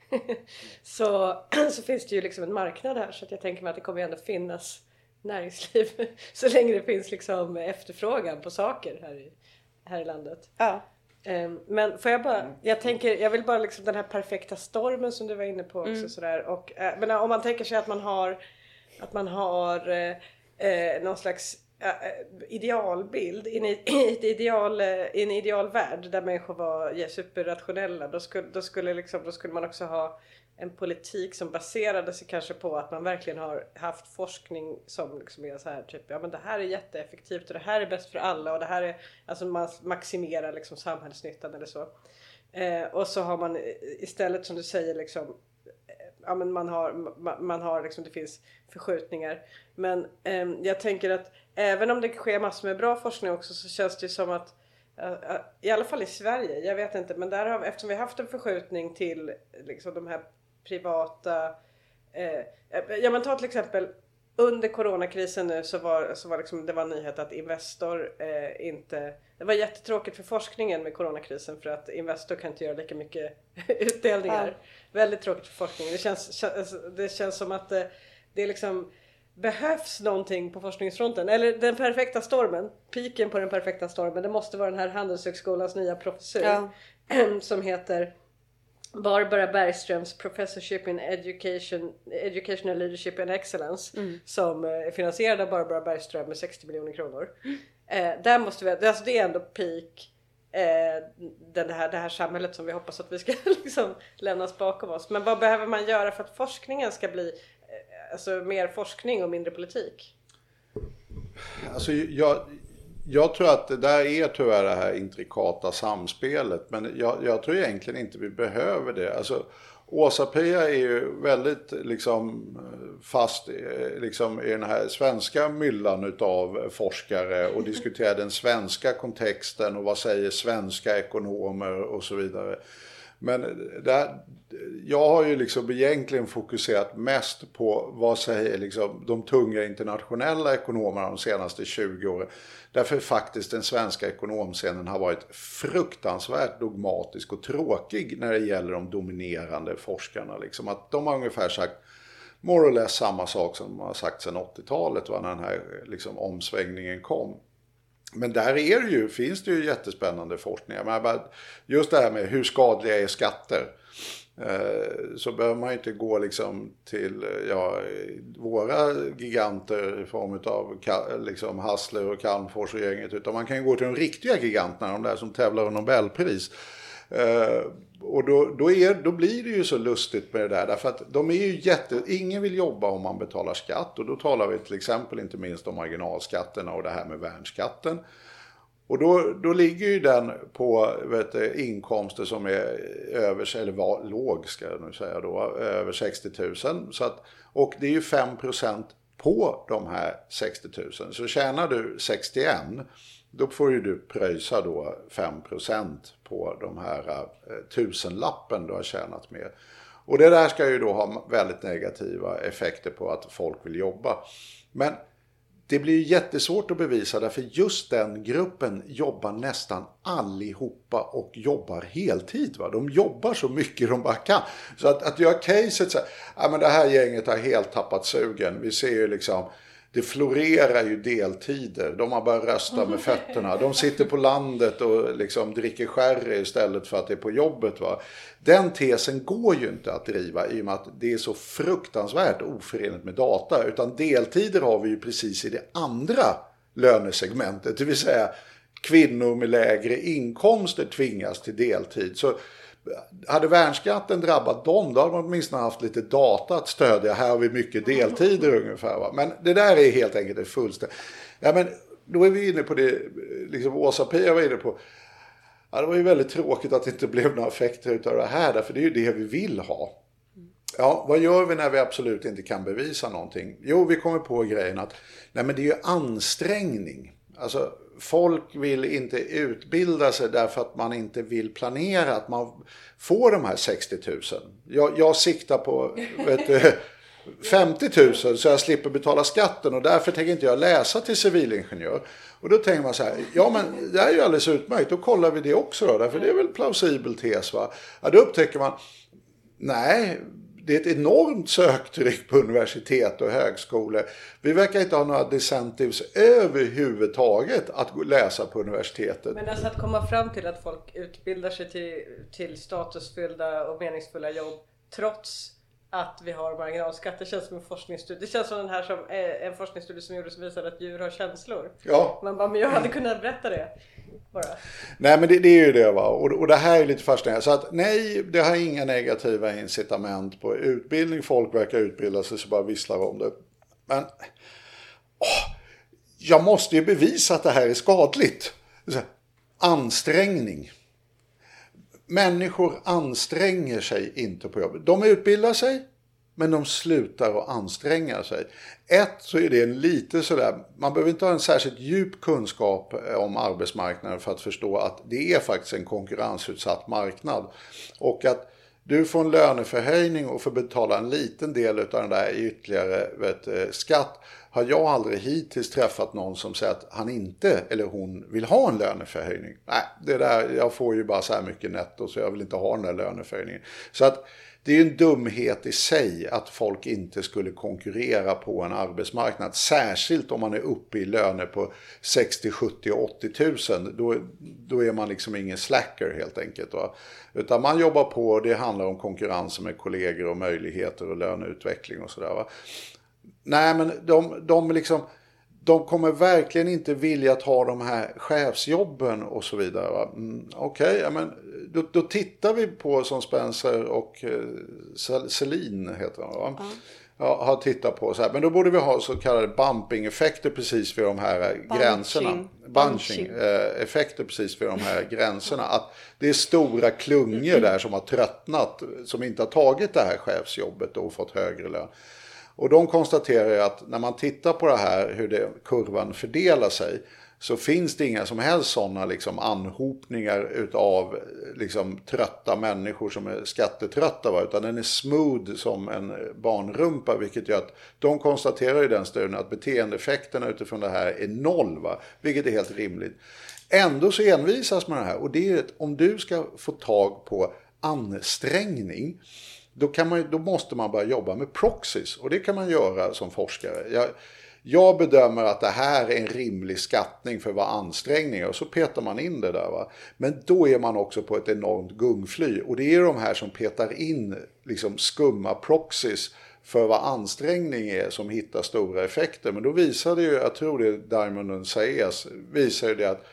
så, så finns det ju liksom en marknad här, så att jag tänker mig att det kommer ändå finnas näringsliv så länge det finns liksom efterfrågan på saker här i, här i landet. Ja. Um, men får jag bara, jag tänker, jag vill bara liksom den här perfekta stormen som du var inne på också mm. sådär, och uh, men om man tänker sig att man har att man har uh, uh, någon slags uh, idealbild in i, i, ett ideal, uh, i en idealvärld där människor var ja, superrationella, då skulle, då, skulle liksom, då skulle man också ha en politik som baserade sig kanske på att man verkligen har haft forskning som liksom är så här typ, ja men det här är jätteeffektivt och det här är bäst för alla och det här är, alltså man maximerar liksom samhällsnyttan eller så. Eh, och så har man istället som du säger liksom, ja men man har, man, man har liksom, det finns förskjutningar. Men eh, jag tänker att även om det sker massor med bra forskning också, så känns det som att uh, i alla fall i Sverige, jag vet inte, men där har, eftersom vi har haft en förskjutning till liksom de här privata, eh, ja men ta till exempel under coronakrisen nu så var, så var liksom, det var en nyhet att Investor eh, inte, det var jättetråkigt för forskningen med coronakrisen för att Investor kan inte göra lika mycket utdelningar. Ja. Väldigt tråkigt för forskningen. Det känns, det känns som att det, det liksom behövs någonting på forskningsfronten. Eller den perfekta stormen, piken på den perfekta stormen, det måste vara den här Handelshögskolans nya professur ja. som heter Barbara Bergströms Professorship in Education, Educational Leadership and Excellence mm. som är finansierad av Barbara Bergström med sextio miljoner kronor. Mm. Eh, där måste vi, alltså det är ändå peak eh, den här, det här samhället som vi hoppas att vi ska liksom lämnas bakom oss. Men vad behöver man göra för att forskningen ska bli eh, alltså mer forskning och mindre politik? Alltså jag... Jag tror att det där är tyvärr det här intrikata samspelet, men jag, jag tror egentligen inte vi behöver det. Alltså, Åsa-Pia är ju väldigt liksom, fast liksom, i den här svenska myllan utav forskare och diskuterar den svenska kontexten och vad säger svenska ekonomer och så vidare. Men där, jag har ju liksom egentligen fokuserat mest på vad säger liksom de tunga internationella ekonomerna de senaste tjugo åren. Därför faktiskt den svenska ekonomscenen har varit fruktansvärt dogmatisk och tråkig när det gäller de dominerande forskarna. Liksom att de har ungefär sagt more or less samma sak som de har sagt sedan åttiotalet när den här liksom, omsvängningen kom. Men där är det ju, finns det ju jättespännande forskning. Men just det här med hur skadliga är skatter. Så behöver man inte gå liksom till ja, våra giganter i form av liksom Hassler och Calmfors och gänget. Utan man kan ju gå till de riktiga giganterna, de där som tävlar om Nobelpris. Och då, då, är, då blir det ju så lustigt med det där. Därför att de är ju jätte... Ingen vill jobba om man betalar skatt. Och då talar vi till exempel inte minst om marginalskatterna och det här med värnskatten. Och då, då ligger ju den på vet du, inkomster som är över, eller var, låg ska jag nu säga då, över sextio tusen. Så att, och det är ju fem procent på de här sextio tusen. Så tjänar du sextioen, då får ju du pröjsa då fem procent på de här eh, tusenlappen du har tjänat med. Och det där ska ju då ha väldigt negativa effekter på att folk vill jobba. Men det blir ju jättesvårt att bevisa därför just den gruppen jobbar nästan allihopa och jobbar heltid. Va? De jobbar så mycket de bara kan. Så att, att göra caset så här, ja, men det här gänget har helt tappat sugen. Vi ser ju liksom, det florerar ju deltider. De har bara rösta med fötterna. De sitter på landet och liksom dricker sherry istället för att det är på jobbet. Va? Den tesen går ju inte att driva i och med att det är så fruktansvärt oförenligt med data. Utan deltider har vi ju precis i det andra lönesegmentet. Det vill säga kvinnor med lägre inkomster tvingas till deltid. Så hade värnskatten drabbat dem, då hade man åtminstone haft lite data att stödja. Här har vi mycket deltider ungefär. Va? Men det där är helt enkelt ett fullständigt. Ja, men då är vi inne på det, liksom Åsa-Pia var inne på. Ja, det var ju väldigt tråkigt att det inte blev några effekter utav det här. För det är ju det vi vill ha. Ja, vad gör vi när vi absolut inte kan bevisa någonting? Jo, vi kommer på grejen att nej, men det är ju ansträngning. Alltså, folk vill inte utbilda sig därför att man inte vill planera att man får de här sextio tusen. Jag, jag siktar på vet du, femtio tusen så jag slipper betala skatten och därför tänker inte jag läsa till civilingenjör. Och då tänker man så här, ja men det är ju alldeles utmärkt, då kollar vi det också då, därför det är väl plausibel tes va. Ja, då upptäcker man, nej, det är ett enormt söktryck på universitet och högskolor. Vi verkar inte ha några disincentives överhuvudtaget att läsa på universitetet. Men alltså att komma fram till att folk utbildar sig till, till statusfyllda och meningsfulla jobb trots att vi har marginalskatter, känns som en forskningsstudie. Det känns som den här som en forskningsstudie som gjordes som visade att djur har känslor. Ja. Man bara, men jag hade kunnat berätta det. Bara. Nej, men det, det är ju det va. Och, och det här är lite fascinerande. Så att nej, det har inga negativa incitament på utbildning. Folk verkar utbilda sig så bara visslar om det. Men åh, jag måste ju bevisa att det här är skadligt. Så här, ansträngning. Människor anstränger sig inte på jobbet. De utbildar sig, men de slutar att anstränga sig. Ett, så är det en lite sådär, man behöver inte ha en särskilt djup kunskap om arbetsmarknaden för att förstå att det är faktiskt en konkurrensutsatt marknad. Och att du får en löneförhöjning och får betala en liten del av den där ytterligare vet, skatt. Har jag aldrig hittills träffat någon som säger att han inte eller hon vill ha en löneförhöjning. Nej, det där, jag får ju bara så här mycket netto så jag vill inte ha den där löneförhöjningen. Så att det är ju en dumhet i sig att folk inte skulle konkurrera på en arbetsmarknad. Särskilt om man är uppe i löner på sextio, sjuttio, åttio tusen. Då, då är man liksom ingen slacker helt enkelt. Va? Utan man jobbar på och det handlar om konkurrens med kollegor och möjligheter och löneutveckling och sådär. Va? Nej, men de, de, liksom, de kommer verkligen inte vilja ta de här chefsjobben och så vidare. Va? Mm, Okej, okay, ja, men då, då tittar vi på som Spencer och eh, Celine heter de, va? Mm. Ja, har tittat på så här. Men då borde vi ha så kallade bumping-effekter precis vid de här Bunching. gränserna. Bunching-effekter precis vid de här gränserna. Att det är stora klungor där som har tröttnat, som inte har tagit det här chefsjobbet och fått högre lön. Och de konstaterar ju att när man tittar på det här, hur det, kurvan fördelar sig, så finns det inga som helst sådana liksom anhopningar utav liksom trötta människor som är skattetrötta, va? Utan den är smooth som en barnrumpa, vilket gör att de konstaterar i den studien att beteendeeffekterna utifrån det här är noll, va? Vilket är helt rimligt. Ändå så envisas man det här, och det är att om du ska få tag på ansträngning, Då, kan man, då måste man börja jobba med proxies. Och det kan man göra som forskare. Jag, jag bedömer att det här är en rimlig skattning för vad ansträngning är. Och så petar man in det där. Va? Men då är man också på ett enormt gungfly. Och det är de här som petar in liksom skumma proxies för vad ansträngning är som hittar stora effekter. Men då visar det ju, jag tror det är Diamond och Saez, visar det att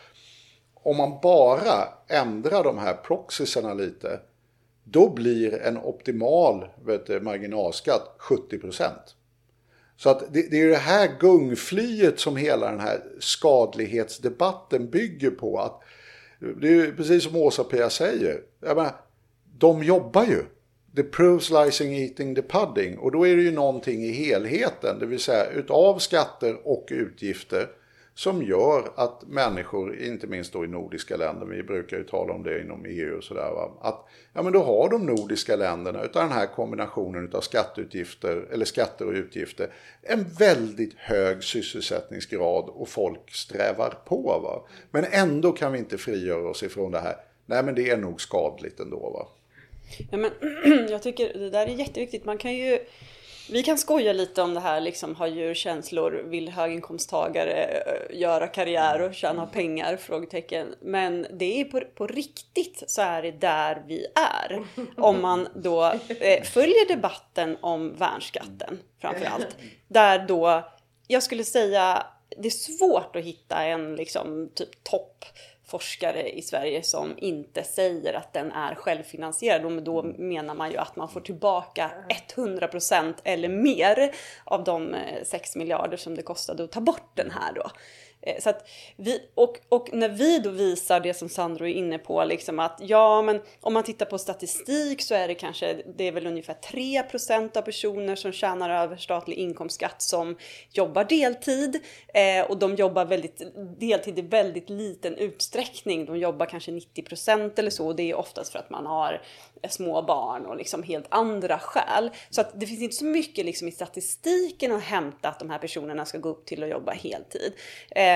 om man bara ändrar de här proxiesarna lite, då blir en optimal vet du, marginalskatt sjuttio procent. Så att det, det är det här gungflyet som hela den här skadlighetsdebatten bygger på. Att det är precis som Åsa-Pia säger. Jag menar, de jobbar ju. The proves lies in eating the pudding. Och då är det ju någonting i helheten. Det vill säga utav skatter och utgifter som gör att människor, inte minst då i nordiska länder, vi brukar ju tala om det inom E U och sådär, va? Att ja, men då har de nordiska länderna utav den här kombinationen utav skatteutgifter eller skatter och utgifter en väldigt hög sysselsättningsgrad och folk strävar på, va? Men ändå kan vi inte frigöra oss ifrån det här. Nej, men det är nog skadligt ändå, va? Ja, men jag tycker det där är jätteviktigt. Man kan ju Vi kan skoja lite om det här, liksom, har djurkänslor, vill höginkomsttagare göra karriär och tjäna pengar, frågetecken. Men det är på, på riktigt så är det där vi är. Om man då eh, följer debatten om värnskatten framförallt. Där då, jag skulle säga, det är svårt att hitta en liksom typ toppforskare i Sverige som inte säger att den är självfinansierad. Och då menar man ju att man får tillbaka hundra procent eller mer av de sex miljarder som det kostade att ta bort den här då. Så att vi, och, och när vi då visar det som Sandro är inne på, liksom att ja, men om man tittar på statistik så är det kanske, det är väl ungefär tre procent av personer som tjänar över statlig inkomstskatt som jobbar deltid. Eh, och de jobbar väldigt, deltid i väldigt liten utsträckning. De jobbar kanske nittio procent eller så, och det är oftast för att man har små barn och liksom helt andra skäl. Så att det finns inte så mycket liksom i statistiken att hämta att de här personerna ska gå upp till att jobba heltid. Eh,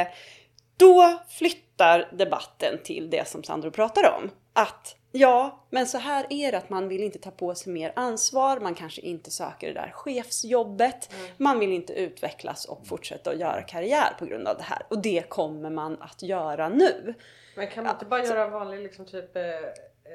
Då flyttar debatten till det som Sandro pratar om. Att ja, men så här är det, att man vill inte ta på sig mer ansvar. Man kanske inte söker det där chefsjobbet. Mm. Man vill inte utvecklas och fortsätta att göra karriär på grund av det här. Och det kommer man att göra nu. Men kan man inte bara så göra vanlig liksom typ eh, eh,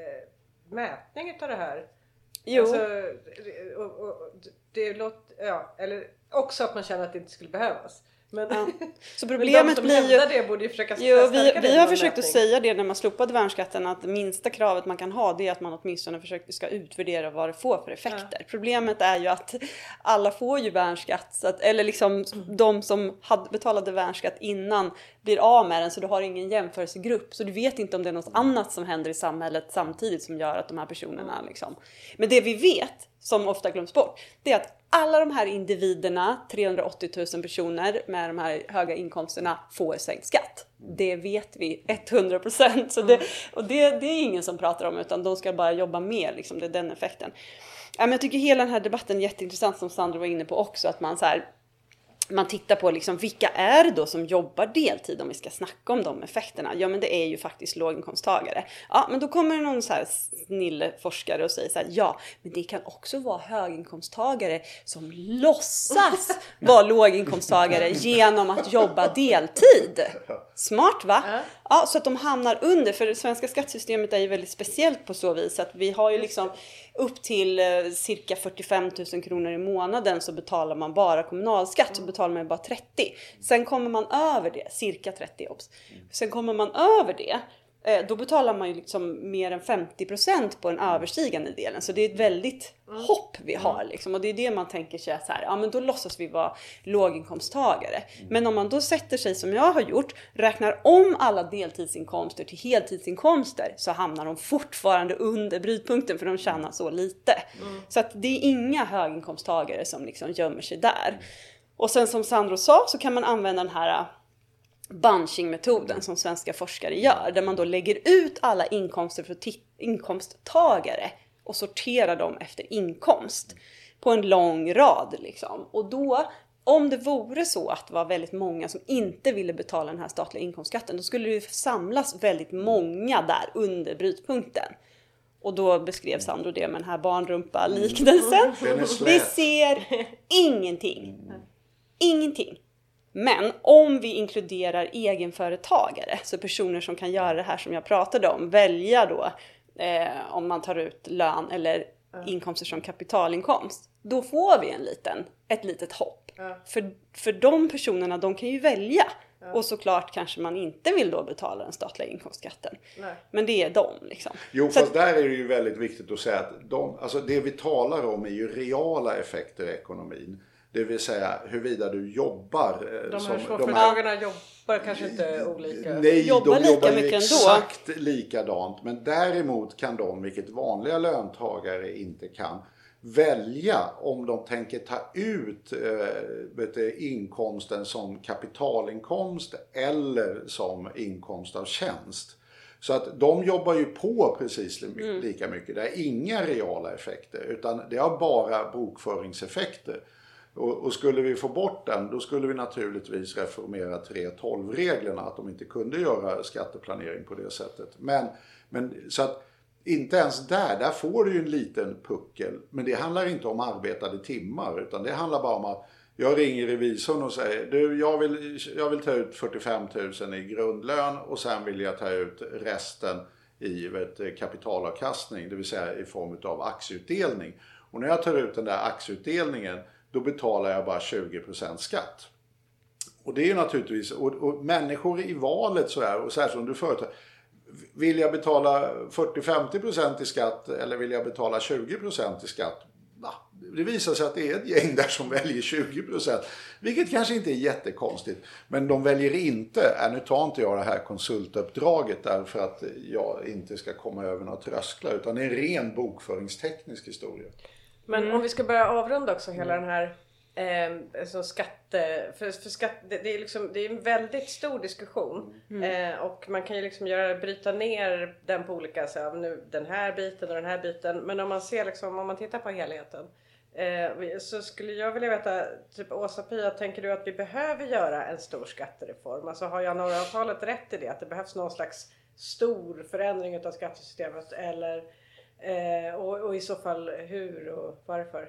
mätning utav det här? Jo. Alltså, och, och, det låter, ja, eller också att man känner att det inte skulle behövas. Men, ja. Så problemet men de som blir ju... det borde ju försöka jo, vi, vi har försökt mätning. att säga det när man slopade värnskatten, att det minsta kravet man kan ha, det är att man åtminstone försöker ska utvärdera vad det får för effekter. Ja. Problemet är ju att alla får ju värnskatt, så att, eller liksom mm. de som hade betalade värnskatt innan blir av med den, så du har ingen jämförelsegrupp, så du vet inte om det är något annat som händer i samhället samtidigt som gör att de här personerna mm. liksom. Men det vi vet, som ofta glöms bort, det är att alla de här individerna, trehundraåttio tusen personer med de här höga inkomsterna, får sänkt skatt. Det vet vi hundra procent. Så det, och det, det är ingen som pratar om, utan de ska bara jobba mer. Liksom, det är den effekten. Ja, men jag tycker hela den här debatten är jätteintressant, som Sandro var inne på också. Att man så här... Man tittar på liksom, vilka är det då som jobbar deltid, om vi ska snacka om de effekterna. Ja, men det är ju faktiskt låginkomsttagare. Ja, men då kommer det någon så här snille forskare och säger så här: ja, men det kan också vara höginkomsttagare som låtsas vara låginkomsttagare genom att jobba deltid. Smart, va? Ja, så att de hamnar under, för det svenska skattesystemet är ju väldigt speciellt på så vis att vi har ju liksom upp till eh, cirka fyrtiofem tusen kronor i månaden så betalar man bara kommunalskatt, så betalar man bara trettio. Sen kommer man över det, cirka trettio obs. Sen kommer man över det, eh, då betalar man ju liksom mer än femtio procent på den överstigande delen. Så det är ett väldigt mm. hopp vi har liksom. Och det är det man tänker sig så här, ja men då låtsas vi vara låginkomsttagare. Mm. Men om man då sätter sig som jag har gjort, räknar om alla deltidsinkomster till heltidsinkomster, så hamnar de fortfarande under brytpunkten, för de tjänar så lite. Mm. Så att det är inga höginkomsttagare som liksom gömmer sig där. Mm. Och sen som Sandro sa, så kan man använda den här bunching-metoden som svenska forskare gör, där man då lägger ut alla inkomster för t- inkomsttagare och sorterar dem efter inkomst på en lång rad liksom. Och då, om det vore så att det var väldigt många som inte ville betala den här statliga inkomstskatten, då skulle det samlas väldigt många där under brytpunkten. Och då beskrev Sandro det med den här barnrumpa-liknelsen. Vi ser ingenting. Ingenting. Men om vi inkluderar egenföretagare, så personer som kan göra det här som jag pratade om, välja då eh, om man tar ut lön eller inkomster som kapitalinkomst, då får vi en liten, ett litet hopp. Ja. För, för de personerna, de kan ju välja. Ja. Och såklart kanske man inte vill då betala den statliga inkomstskatten. Nej. Men det är de liksom. Jo, så fast att, där är det ju väldigt viktigt att säga att de, alltså det vi talar om är ju reala effekter i ekonomin. Det vill säga huruvida du jobbar. De här småföretagarna jobbar kanske inte olika. Nej, jobbar de lika jobbar mycket ju exakt ändå. likadant. Men däremot kan de, vilket vanliga löntagare inte kan, välja om de tänker ta ut äh, vet du, inkomsten som kapitalinkomst eller som inkomst av tjänst. Så att de jobbar ju på precis lika mycket. Det är inga reala effekter, utan det har bara bokföringseffekter. Och, och skulle vi få bort den, då skulle vi naturligtvis reformera tre tolv-reglerna, att de inte kunde göra skatteplanering på det sättet. Men, men så att inte ens där, där får du ju en liten puckel. Men det handlar inte om arbetade timmar, utan det handlar bara om att jag ringer revisorn och säger, du, jag vill, jag vill ta ut fyrtiofem tusen i grundlön och sen vill jag ta ut resten i vet, kapitalavkastning, det vill säga i form av aktieutdelning. Och när jag tar ut den där aktieutdelningen, då betalar jag bara tjugo procent skatt. Och det är ju naturligtvis, och, och människor i valet så här, och särskilt om du företag, vill jag betala fyrtio till femtio procent i skatt eller vill jag betala tjugo procent i skatt? Det visar sig att det är ett gäng där som väljer tjugo procent, vilket kanske inte är jättekonstigt. Men de väljer inte, äh, nu tar inte jag det här konsultuppdraget därför att jag inte ska komma över några trösklar, utan det är en ren bokföringsteknisk historia. Men mm. om vi ska börja avrunda också hela mm. den här eh, alltså skatte, för, för skatt, det, det, är liksom, det är en väldigt stor diskussion mm. eh, och man kan ju liksom göra, bryta ner den på olika, så här, nu den här biten och den här biten, men om man ser liksom, om man tittar på helheten eh, så skulle jag vilja veta, typ Åsa-Pia, tänker du att vi behöver göra en stor skattereform? Alltså har januariavtalet rätt i det, att det behövs någon slags stor förändring av skattesystemet, eller eh, och, och i så fall hur och varför?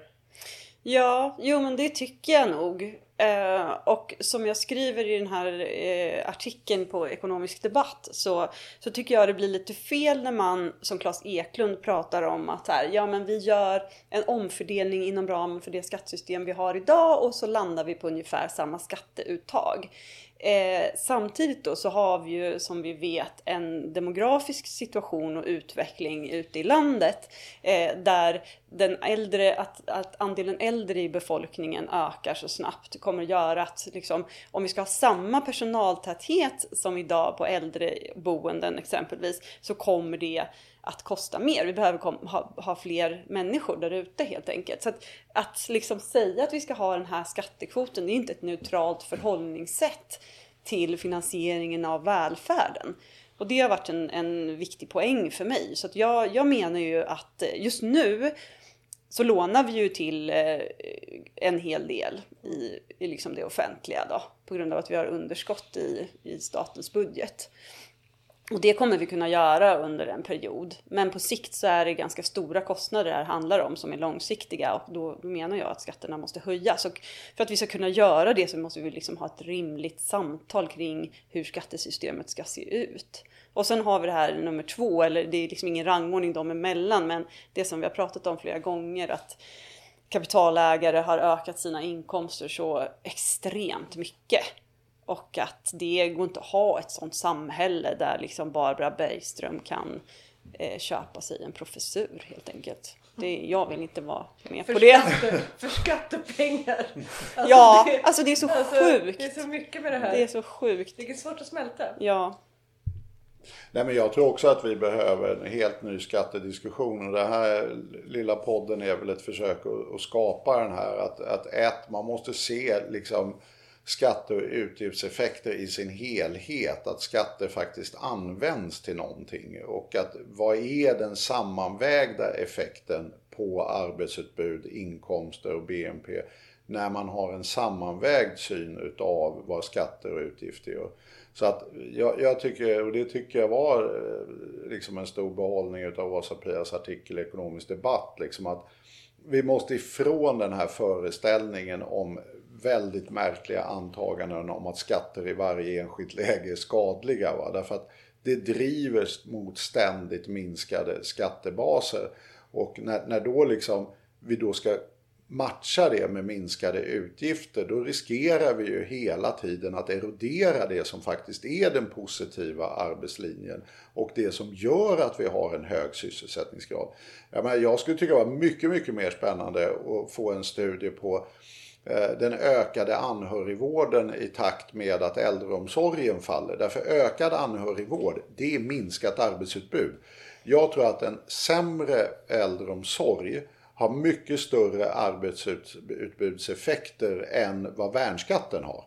Ja, jo men det tycker jag nog. Eh, och som jag skriver i den här eh, artikeln på Ekonomisk Debatt så, så tycker jag det blir lite fel när man som Claes Eklund pratar om att här, ja men vi gör en omfördelning inom ramen för det skattesystem vi har idag och så landar vi på ungefär samma skatteuttag. Eh, samtidigt då så har vi ju som vi vet en demografisk situation och utveckling ute i landet eh, där den äldre, att, att andelen äldre i befolkningen ökar så snabbt kommer göra att liksom, om vi ska ha samma personaltäthet som idag på äldreboenden exempelvis, så kommer det att kosta mer. Vi behöver kom, ha, ha fler människor där ute helt enkelt. Så att, att liksom säga att vi ska ha den här skattekvoten, det är inte ett neutralt förhållningssätt till finansieringen av välfärden. Och det har varit en, en viktig poäng för mig. Så att jag, jag menar ju att just nu så lånar vi ju till eh, en hel del i, i liksom det offentliga då, på grund av att vi har underskott i, i statens budget. Och det kommer vi kunna göra under en period. Men på sikt så är det ganska stora kostnader det här handlar om som är långsiktiga. Och då menar jag att skatterna måste höjas. Och för att vi ska kunna göra det så måste vi liksom ha ett rimligt samtal kring hur skattesystemet ska se ut. Och sen har vi det här nummer två, eller det är liksom ingen rangordning dem emellan. Men det som vi har pratat om flera gånger, att kapitalägare har ökat sina inkomster så extremt mycket. Och att det går inte att ha ett sånt samhälle där liksom Barbara Bergström kan eh, köpa sig en professur helt enkelt. Det, jag vill inte vara med för på det. Skatte, för skattepengar. Alltså ja, det, alltså det är så alltså, sjukt. Det är så mycket med det här. Det är så sjukt. Det är svårt att smälta. Ja. Nej, men jag tror också att vi behöver en helt ny skattediskussion, och den här lilla podden är väl ett försök att, att skapa den här, att, att ett, man måste se liksom skatte- och utgiftseffekter i sin helhet, att skatter faktiskt används till någonting, och att vad är den sammanvägda effekten på arbetsutbud, inkomster och B N P när man har en sammanvägd syn utav vad skatter och utgifter gör. Så att jag, jag tycker, och det tycker jag var liksom en stor behållning utav Åsa-Pias artikel i Ekonomisk Debatt, liksom att vi måste ifrån den här föreställningen om väldigt märkliga antaganden om att skatter i varje enskilt läge är skadliga. Va? Därför att det driver mot ständigt minskade skattebaser. Och när, när då liksom vi då ska matcha det med minskade utgifter, då riskerar vi ju hela tiden att erodera det som faktiskt är den positiva arbetslinjen och det som gör att vi har en hög sysselsättningsgrad. Jag menar, jag skulle tycka det var mycket, mycket mer spännande att få en studie på den ökade anhörigvården i takt med att äldreomsorgen faller. Därför ökad anhörigvård, det är minskat arbetsutbud. Jag tror att en sämre äldreomsorg har mycket större arbetsutbudseffekter än vad värnskatten har.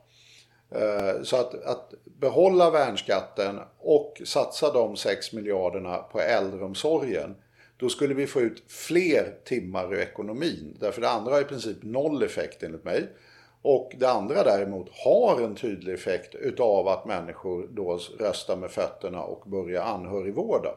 Så att, att behålla värnskatten och satsa de sex miljarderna på äldreomsorgen, då skulle vi få ut fler timmar ur ekonomin. Därför det andra har i princip noll effekt enligt mig. Och det andra däremot har en tydlig effekt utav att människor då röstar med fötterna och börjar anhörigvårda.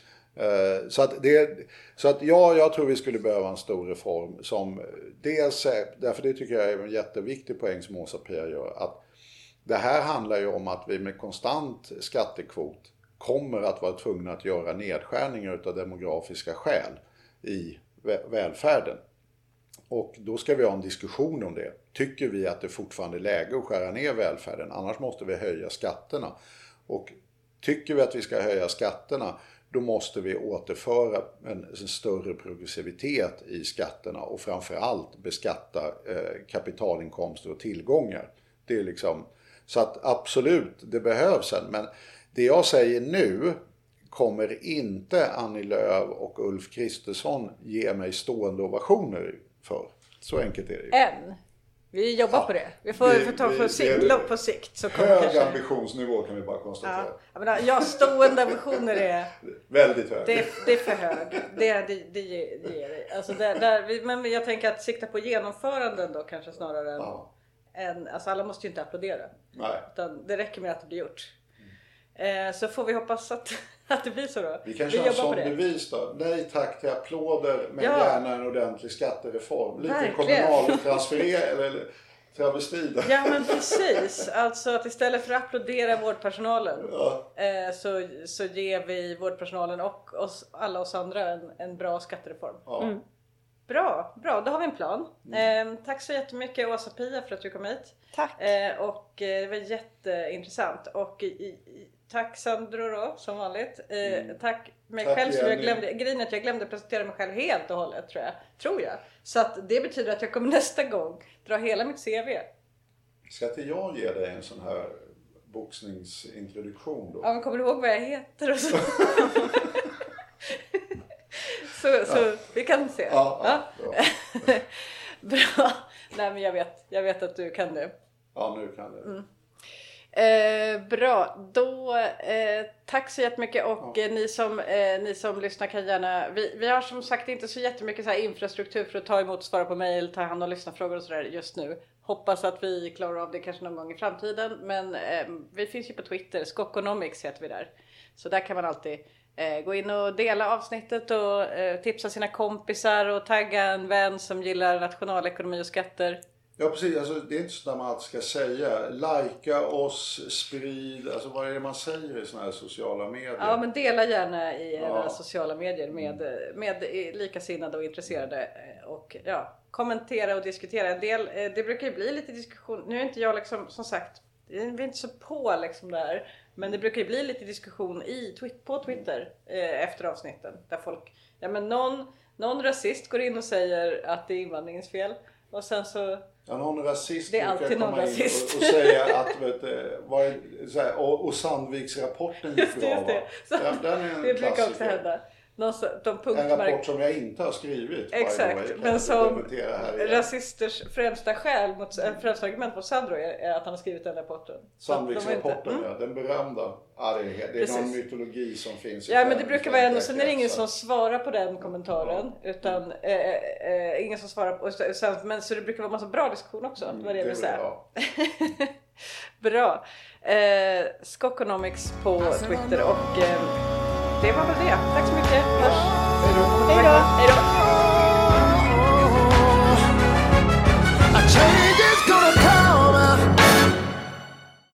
Så att, det, så att ja, jag tror vi skulle behöva en stor reform som dels, därför det tycker jag är en jätteviktig poäng som Åsa-Pia gör, att det här handlar ju om att vi med konstant skattekvot kommer att vara tvungna att göra nedskärningar av demografiska skäl i välfärden. Och då ska vi ha en diskussion om det. Tycker vi att det fortfarande är läge att skära ner välfärden? Annars måste vi höja skatterna. Och tycker vi att vi ska höja skatterna, då måste vi återföra en, en större progressivitet i skatterna. Och framförallt beskatta eh, kapitalinkomster och tillgångar. Det är liksom, så att absolut, det behövs en. Men det jag säger nu kommer inte Annie Lööf och Ulf Kristersson ge mig stående ovationer för. Så enkelt är det ju. Än. Vi jobbar ja, på det. Vi får, vi, får ta på sikt, på sikt. Så hög kanske... ambitionsnivå kan vi bara konstatera. Ja, jag menar, ja, stående ambitioner är... väldigt hög. Det, det är för hög. Det, det, det, det ger det. Alltså där, där, men jag tänker att sikta på genomföranden då kanske snarare än... Ja. än alltså alla måste ju inte applådera. Nej. Utan det räcker med att det blir gjort. Mm. Eh, så får vi hoppas att, att det blir så då. Vi kan köra en sån bevis då. Nej tack till applåder, men ja. Gärna en ordentlig skattereform. Lite verkligen. Kommunaltransfer eller travesti. Ja men precis. Alltså att istället för att applådera vårdpersonalen ja. eh, så, så ger vi vårdpersonalen och oss, alla oss andra en, en bra skattereform. Ja. Mm. Bra, bra, då har vi en plan. Mm. Eh, tack så jättemycket Åsa-Pia för att du kom hit. Tack. Eh, och eh, det var jätteintressant. Och i, i, tack Sandro då, som vanligt. Eh, mm. Tack mig tack själv som jag glömde. Grejen är att jag glömde presentera mig själv helt och hållet tror jag. Tror jag. Så att det betyder att jag kommer nästa gång dra hela mitt C V. Ska inte jag ge dig en sån här boxningsintroduktion då? Ja, men kommer du ihåg vad jag heter och så? Så, ja. så vi kan se. Ja, ja, ja. Bra. Bra. Nej men jag vet, jag vet att du kan det. Ja nu kan det. Mm. Eh, bra, då eh, tack så jättemycket och ja. eh, ni, som, eh, ni som lyssnar kan gärna, vi, vi har som sagt inte så jättemycket så här infrastruktur för att ta emot, svara på mejl, ta hand om lyssnarfrågor och sådär just nu. Hoppas att vi klarar av det kanske någon gång i framtiden, men eh, vi finns ju på Twitter, Skokonomics heter vi där. Så där kan man alltid Eh, gå in och dela avsnittet och eh, tipsa sina kompisar och tagga en vän som gillar nationalekonomi och skatter. Ja precis, alltså, det är inte så att man alltid ska säga lajka oss, sprid, alltså vad är det man säger i såna här sociala medier? Ja men dela gärna i era ja. sociala medier med, med likasinnade och intresserade och ja, kommentera och diskutera. En del, det brukar ju bli lite diskussion, nu är inte jag liksom som sagt, vi är inte så på liksom där. Men det brukar ju bli lite diskussion i, på Twitter eh, efter avsnitten. Där folk, ja men någon, någon rasist går in och säger att det är invandringens fel. Och sen så... Ja, någon rasist det är alltid någon rasist. Och, och säga att, vet du, vad är, så här, och, och Sandviksrapporten gick just det, bra just det. Så, ja, den är en det brukar också hända. Någon, de en rapport som jag inte har skrivit. Exakt, men som rasisters främsta skäl mot, äh, främsta argument mot Sandro är, är att han har skrivit den rapporten. Sandviksrapporten, mm. ja, den berömda. Ja, det är, det är någon mytologi som finns. Ja, men det brukar vara ändå, sen är det ingen som svarar på den kommentaren. Ja. Utan äh, äh, ingen som svarar på, sen, men så det brukar vara massa bra diskussion också. Mm, vad det vill säga. Bra. Eh, Skokonomics på Twitter och... Eh, det var väl det. Tack så mycket. Hörs. Hej då. Hej då.